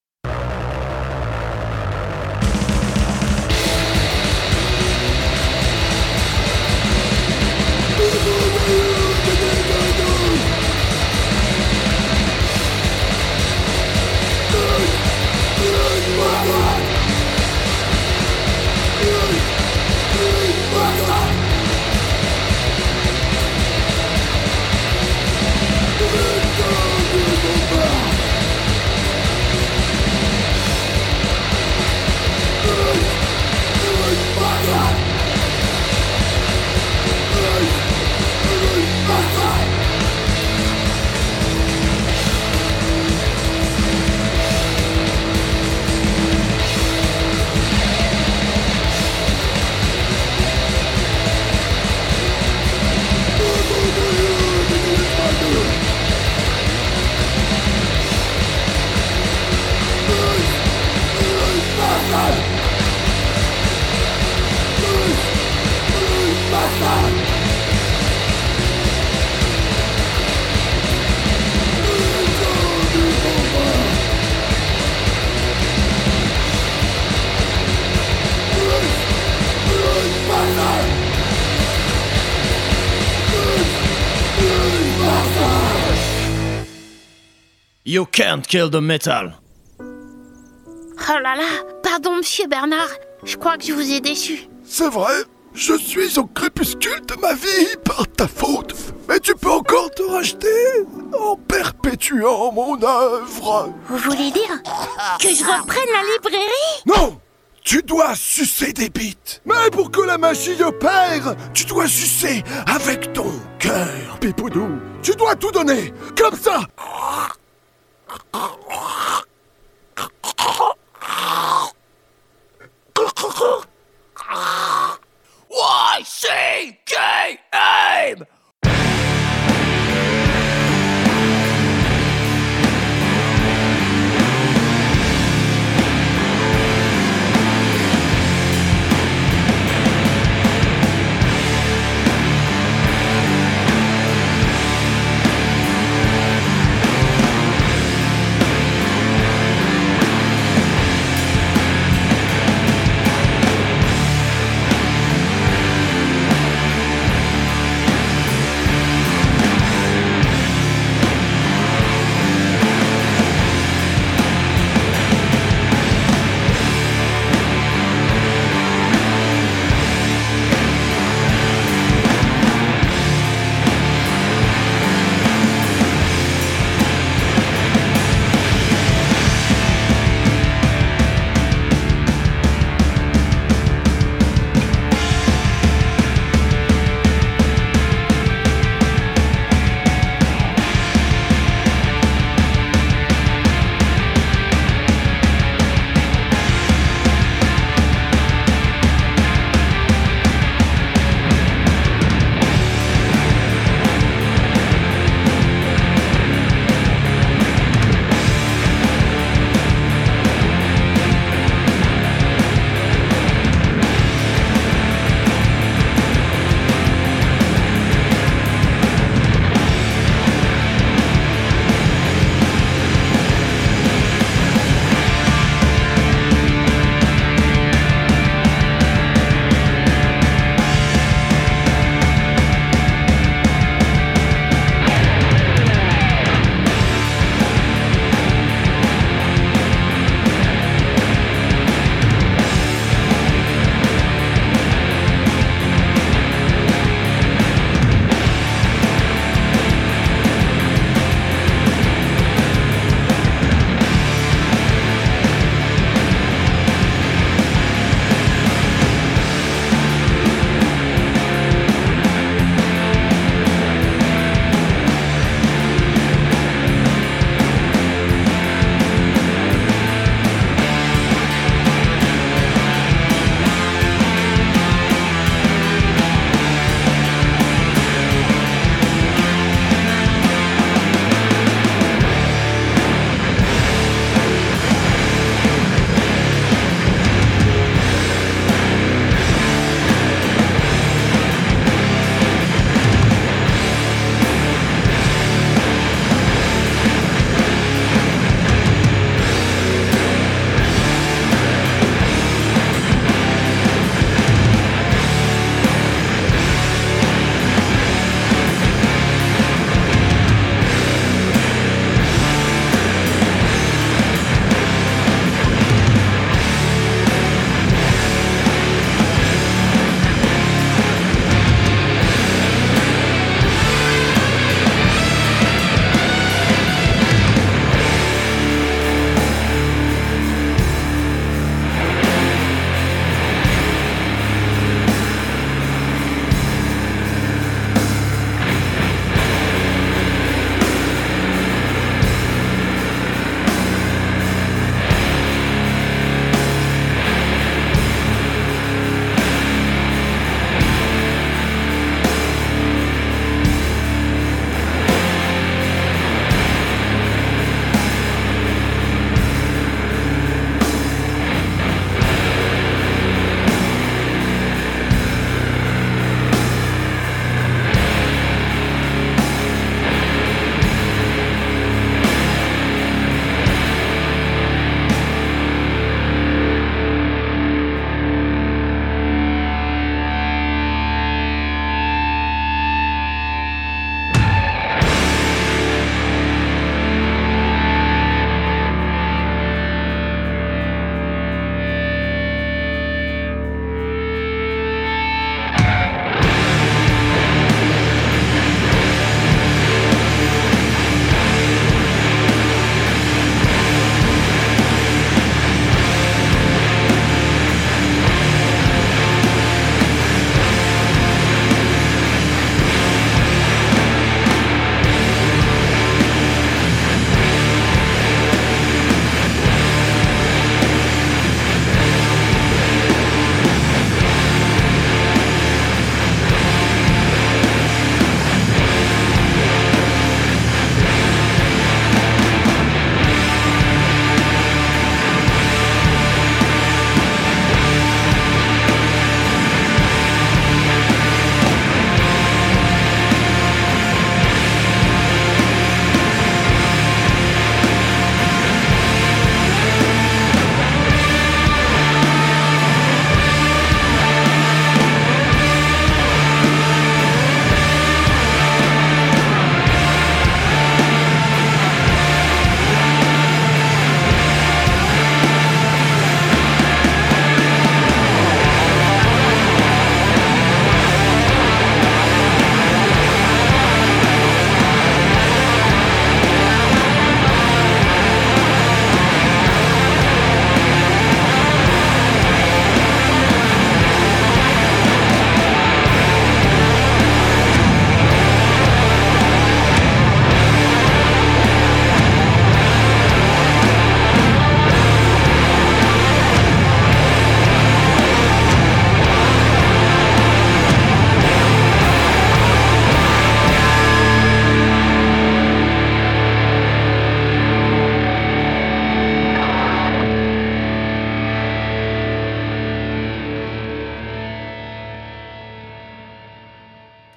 You can't kill the metal. Oh là là, pardon monsieur Bernard, je crois que je vous ai déçu. C'est vrai, je suis au crépuscule de ma vie par ta faute. Mais tu peux encore te racheter en perpétuant mon œuvre. Vous voulez dire que je reprenne la librairie? Non, tu dois sucer des bites. Mais pour que la magie opère, tu dois sucer avec ton cœur, Pipoudou. Tu dois tout donner, comme ça. YCKM!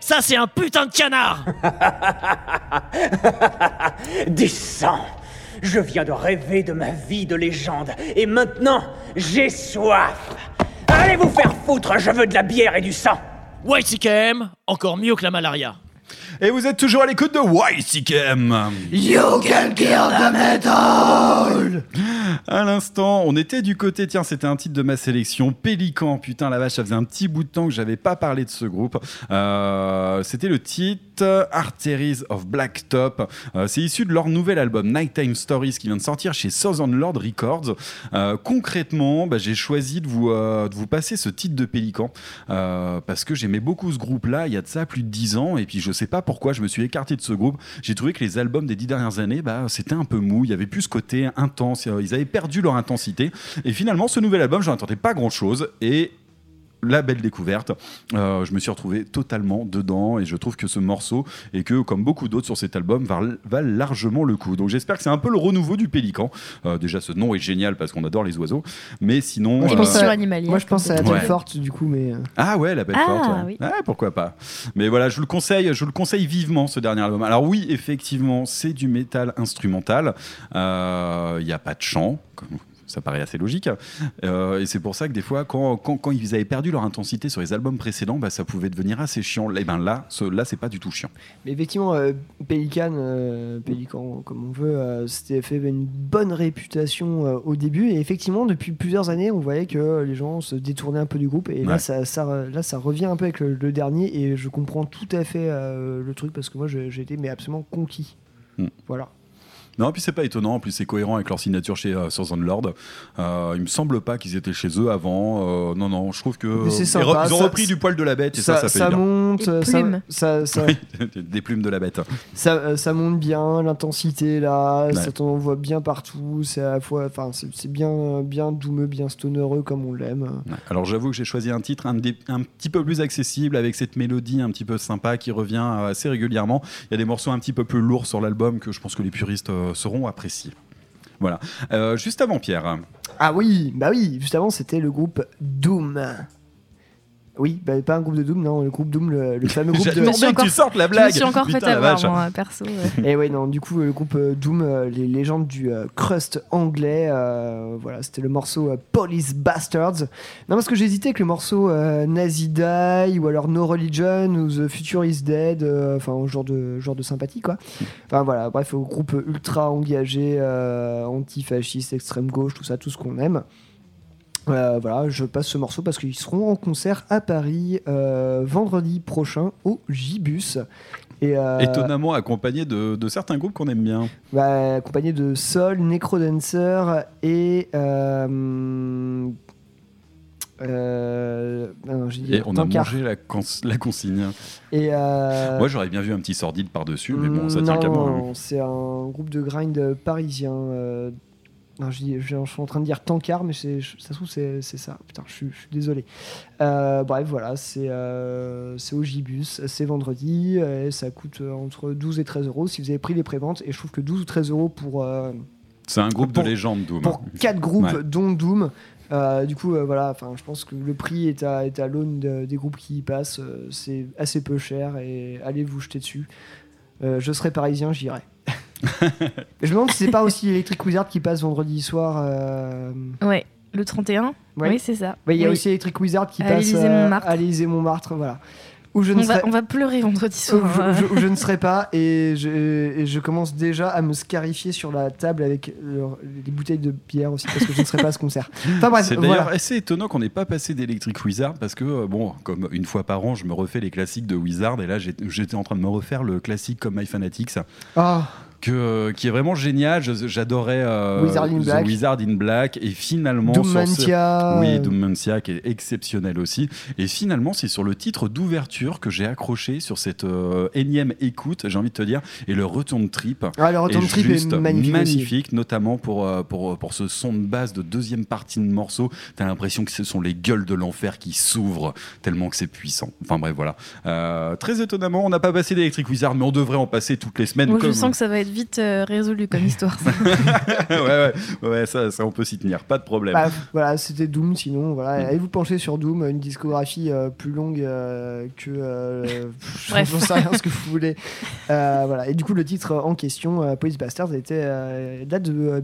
Ça, c'est un putain de canard. Du sang. Je viens de rêver de ma vie de légende. Et maintenant, j'ai soif. Allez vous faire foutre, je veux de la bière et du sang. YCKM, encore mieux que la malaria. Et vous êtes toujours à l'écoute de YCKM. You can kill the metal. À l'instant, on était du côté, tiens, c'était un titre de ma sélection, Pélican. Putain, la vache, ça faisait un petit bout de temps que j'avais pas parlé de ce groupe. C'était le titre Arteries of Blacktop. C'est issu de leur nouvel album Nighttime Stories qui vient de sortir chez Southern Lord Records. Concrètement, j'ai choisi de vous passer ce titre de Pélican parce que j'aimais beaucoup ce groupe-là. Il y a de ça plus de 10 ans, et puis je sais pas pourquoi je me suis écarté de ce groupe. J'ai trouvé que les albums des 10 dernières années, c'était un peu mou. Il y avait plus ce côté intense. Ils avaient perdu leur intensité. Et finalement, ce nouvel album, j'en attendais pas grand-chose. Et la belle découverte, je me suis retrouvé totalement dedans, et je trouve que ce morceau, et que comme beaucoup d'autres sur cet album, valent largement le coup. Donc j'espère que c'est un peu le renouveau du Pélican. Déjà, ce nom est génial parce qu'on adore les oiseaux, mais sinon... Moi, je pense à la belle forte du coup, mais... Ah ouais, la belle forte. Ouais. Oui. Ah, pourquoi pas. Mais voilà, je le conseille vivement, ce dernier album. Alors oui, effectivement, c'est du métal instrumental. Il n'y a pas de chant, ça paraît assez logique, et c'est pour ça que des fois quand ils avaient perdu leur intensité sur les albums précédents, ça pouvait devenir assez chiant. Et là c'est pas du tout chiant. Mais effectivement, Pélican comme on veut, c'était fait une bonne réputation au début, et effectivement depuis plusieurs années on voyait que les gens se détournaient un peu du groupe, et là ça revient un peu avec le dernier, et je comprends tout à fait le truc, parce que moi j'ai été absolument conquis. Voilà. Non, puis c'est pas étonnant, en plus c'est cohérent avec leur signature chez Southern Lord. Il me semble pas qu'ils étaient chez eux avant. Non, je trouve que sympa, ils ont repris du poil de la bête, et ça fait bien. Monte, Oui, des plumes de la bête. Ça monte bien, l'intensité là, ça t'en voit bien partout. C'est à la fois, c'est bien doumeux, bien stonereux comme on l'aime. Ouais. Alors j'avoue que j'ai choisi un titre un petit peu plus accessible, avec cette mélodie un petit peu sympa qui revient assez régulièrement. Il y a des morceaux un petit peu plus lourds sur l'album que je pense que les puristes seront appréciés. Voilà. Juste avant, Pierre. Ah oui, juste avant, c'était le groupe Doom. Oui, pas un groupe de Doom, non, le groupe Doom, le fameux groupe de... J'attendais que tu sortes la blague. Je me suis encore fait avoir, moi, perso. Ouais. Et ouais, non, du coup, le groupe Doom, les légendes du crust anglais, voilà, c'était le morceau Police Bastards. Non, parce que j'hésitais avec le morceau Nazi Die, ou alors No Religion, ou The Future is Dead, genre de sympathie, quoi. Enfin, voilà, bref, groupe ultra engagé, antifasciste, extrême gauche, tout ça, tout ce qu'on aime. Voilà, je passe ce morceau parce qu'ils seront en concert à Paris vendredi prochain au Gibus. Et étonnamment accompagné de certains groupes qu'on aime bien. Accompagné de Sol, Necrodancer et... on a mangé la consigne. Et moi j'aurais bien vu un petit Sordide par-dessus, mais bon, ça tient qu'à moi. Non, c'est un groupe de grind parisien. Non, je suis en train de dire Tankard, mais ça se trouve c'est ça. Putain, je suis désolé. Bref, voilà, c'est au Gibus, c'est vendredi, et ça coûte entre 12 et 13 euros si vous avez pris les préventes, et je trouve que 12 ou 13 euros pour... c'est un groupe de légende, Doom. Pour 4 groupes, dont Doom. Du coup, voilà, je pense que le prix est à l'aune des groupes qui y passent. C'est assez peu cher, et allez vous jeter dessus. Je serai parisien, j'irai. Je me demande si c'est pas aussi Electric Wizard qui passe vendredi soir. Ouais, le 31. Ouais. Oui, c'est ça. Il y a aussi Electric Wizard qui passe à l'Élysée-Montmartre, voilà. On va pleurer vendredi soir. Où je ne serai pas, et je commence déjà à me scarifier sur la table avec les bouteilles de bière aussi, parce que je ne serai pas à ce concert. Enfin bref, c'est d'ailleurs assez étonnant qu'on n'ait pas passé d'Electric Wizard, parce que comme une fois par an je me refais les classiques de Wizard, et là j'étais en train de me refaire le classique comme My Fanatics. Qui est vraiment génial. J'adorais Wizard in Black, et finalement Doommancia qui est exceptionnel aussi, et finalement c'est sur le titre d'ouverture que j'ai accroché sur cette énième écoute, j'ai envie de te dire, et le Return de Trip est magnifique, notamment pour ce son de base de deuxième partie de morceau. T'as l'impression que ce sont les gueules de l'enfer qui s'ouvrent tellement que c'est puissant. Enfin bref, voilà. Très étonnamment, on n'a pas passé d'Electric Wizard, mais on devrait en passer toutes les semaines. Moi je sens que ça va être vite résolu comme histoire. ouais, ça on peut s'y tenir, pas de problème. Bah, voilà, c'était Doom. Sinon, voilà, allez vous pencher sur Doom, une discographie plus longue que. J'en sais rien ce que vous voulez. Voilà. Et du coup, le titre en question, Police Bastards, date de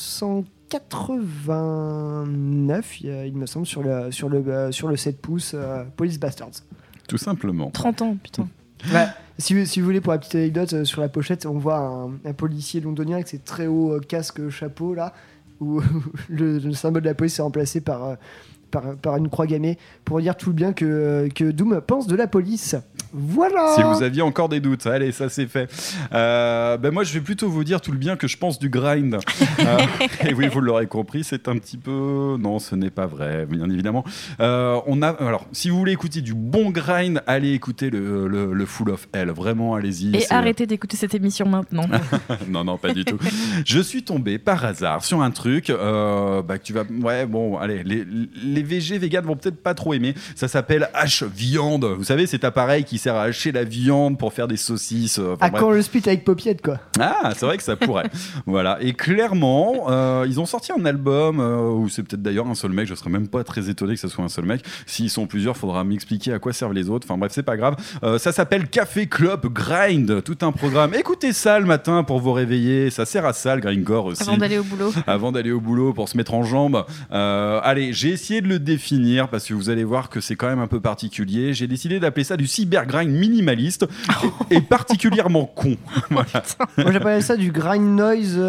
1989, il me semble, sur le 7 pouces Police Bastards. Tout simplement. 30 ans, putain. Ouais. Si vous voulez, pour la petite anecdote, sur la pochette, on voit un policier londonien avec ses très hauts casques chapeau là, où le symbole de la police est remplacé par une croix gammée, pour dire tout le bien que Doom pense de la police. Voilà. Si vous aviez encore des doutes, allez, ça c'est fait. Moi, je vais plutôt vous dire tout le bien que je pense du grind. Et oui, vous l'aurez compris, c'est un petit peu... Non, ce n'est pas vrai, bien évidemment. Alors, si vous voulez écouter du bon grind, allez écouter le Full of Hell. Vraiment, allez-y. Et arrêtez d'écouter cette émission maintenant. Non, pas du tout. Je suis tombé par hasard sur un truc que tu vas... Ouais, bon, allez, les VG véganes vont peut-être pas trop aimer. Ça s'appelle hache-viande. Vous savez, cet appareil qui sert à hacher la viande pour faire des saucisses. Quand le split avec Popiette, quoi. Ah, c'est vrai que ça pourrait. Voilà. Et clairement, ils ont sorti un album où c'est peut-être d'ailleurs un seul mec. Je serais même pas très étonné que ce soit un seul mec. S'ils sont plusieurs, faudra m'expliquer à quoi servent les autres. Enfin bref, c'est pas grave. Ça s'appelle Café Club Grind. Tout un programme. Écoutez ça le matin pour vous réveiller. Ça sert à ça, le grindcore aussi. Avant d'aller au boulot. Avant d'aller au boulot, pour se mettre en jambes. Allez, j'ai essayé de le définir parce que vous allez voir que c'est quand même un peu particulier. J'ai décidé d'appeler ça du cybergrind minimaliste et particulièrement con. Voilà. Moi j'appelais ça du grind noise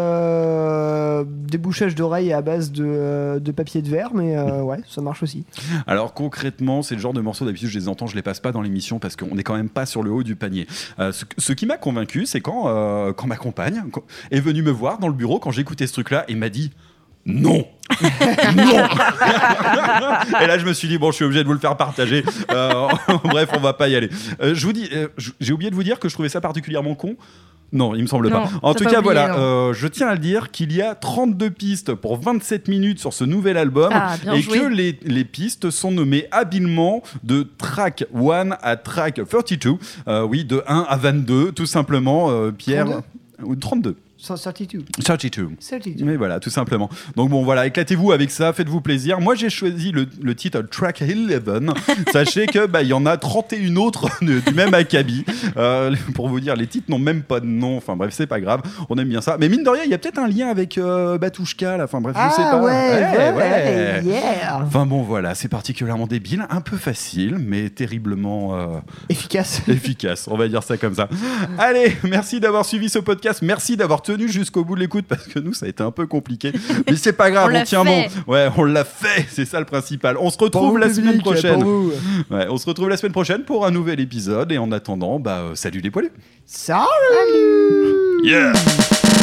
débouchage d'oreilles à base de papier de verre, mais ouais, ça marche aussi. Alors concrètement, c'est le genre de morceaux, d'habitude je les entends, je les passe pas dans l'émission parce qu'on n'est quand même pas sur le haut du panier. Ce qui m'a convaincu, c'est quand ma compagne est venue me voir dans le bureau quand j'écoutais ce truc-là et m'a dit non. Non. Et là je me suis dit bon, je suis obligé de vous le faire partager. Bref, on va pas y aller. Je vous dis, j'ai oublié de vous dire que je trouvais ça particulièrement con. Non, il me semble pas. En tout cas, voilà, je tiens à le dire qu'il y a 32 pistes pour 27 minutes sur ce nouvel album et que les pistes sont nommées habilement de track 1 à track 32. Oui, de 1 à 22, tout simplement, Pierre. 32. 32. Mais voilà, tout simplement. Donc bon, voilà, éclatez-vous avec ça, faites-vous plaisir. Moi, j'ai choisi le titre Track 11. Sachez que il y en a 31 autres du même acabit. Pour vous dire, les titres n'ont même pas de nom. Enfin bref, c'est pas grave. On aime bien ça. Mais mine de rien, il y a peut-être un lien avec Batushka. Là. Enfin bref, je sais pas. Ouais. Yeah. Enfin bon, voilà, c'est particulièrement débile, un peu facile, mais terriblement efficace. Efficace, on va dire ça comme ça. Allez, merci d'avoir suivi ce podcast. Merci d'avoir tenu jusqu'au bout de l'écoute parce que nous ça a été un peu compliqué, mais c'est pas grave, on tient bon. Ouais, on l'a fait, c'est ça le principal. On se retrouve la semaine prochaine. Ouais, on se retrouve la semaine prochaine pour un nouvel épisode et en attendant, salut les poilus. Salut. Yeah.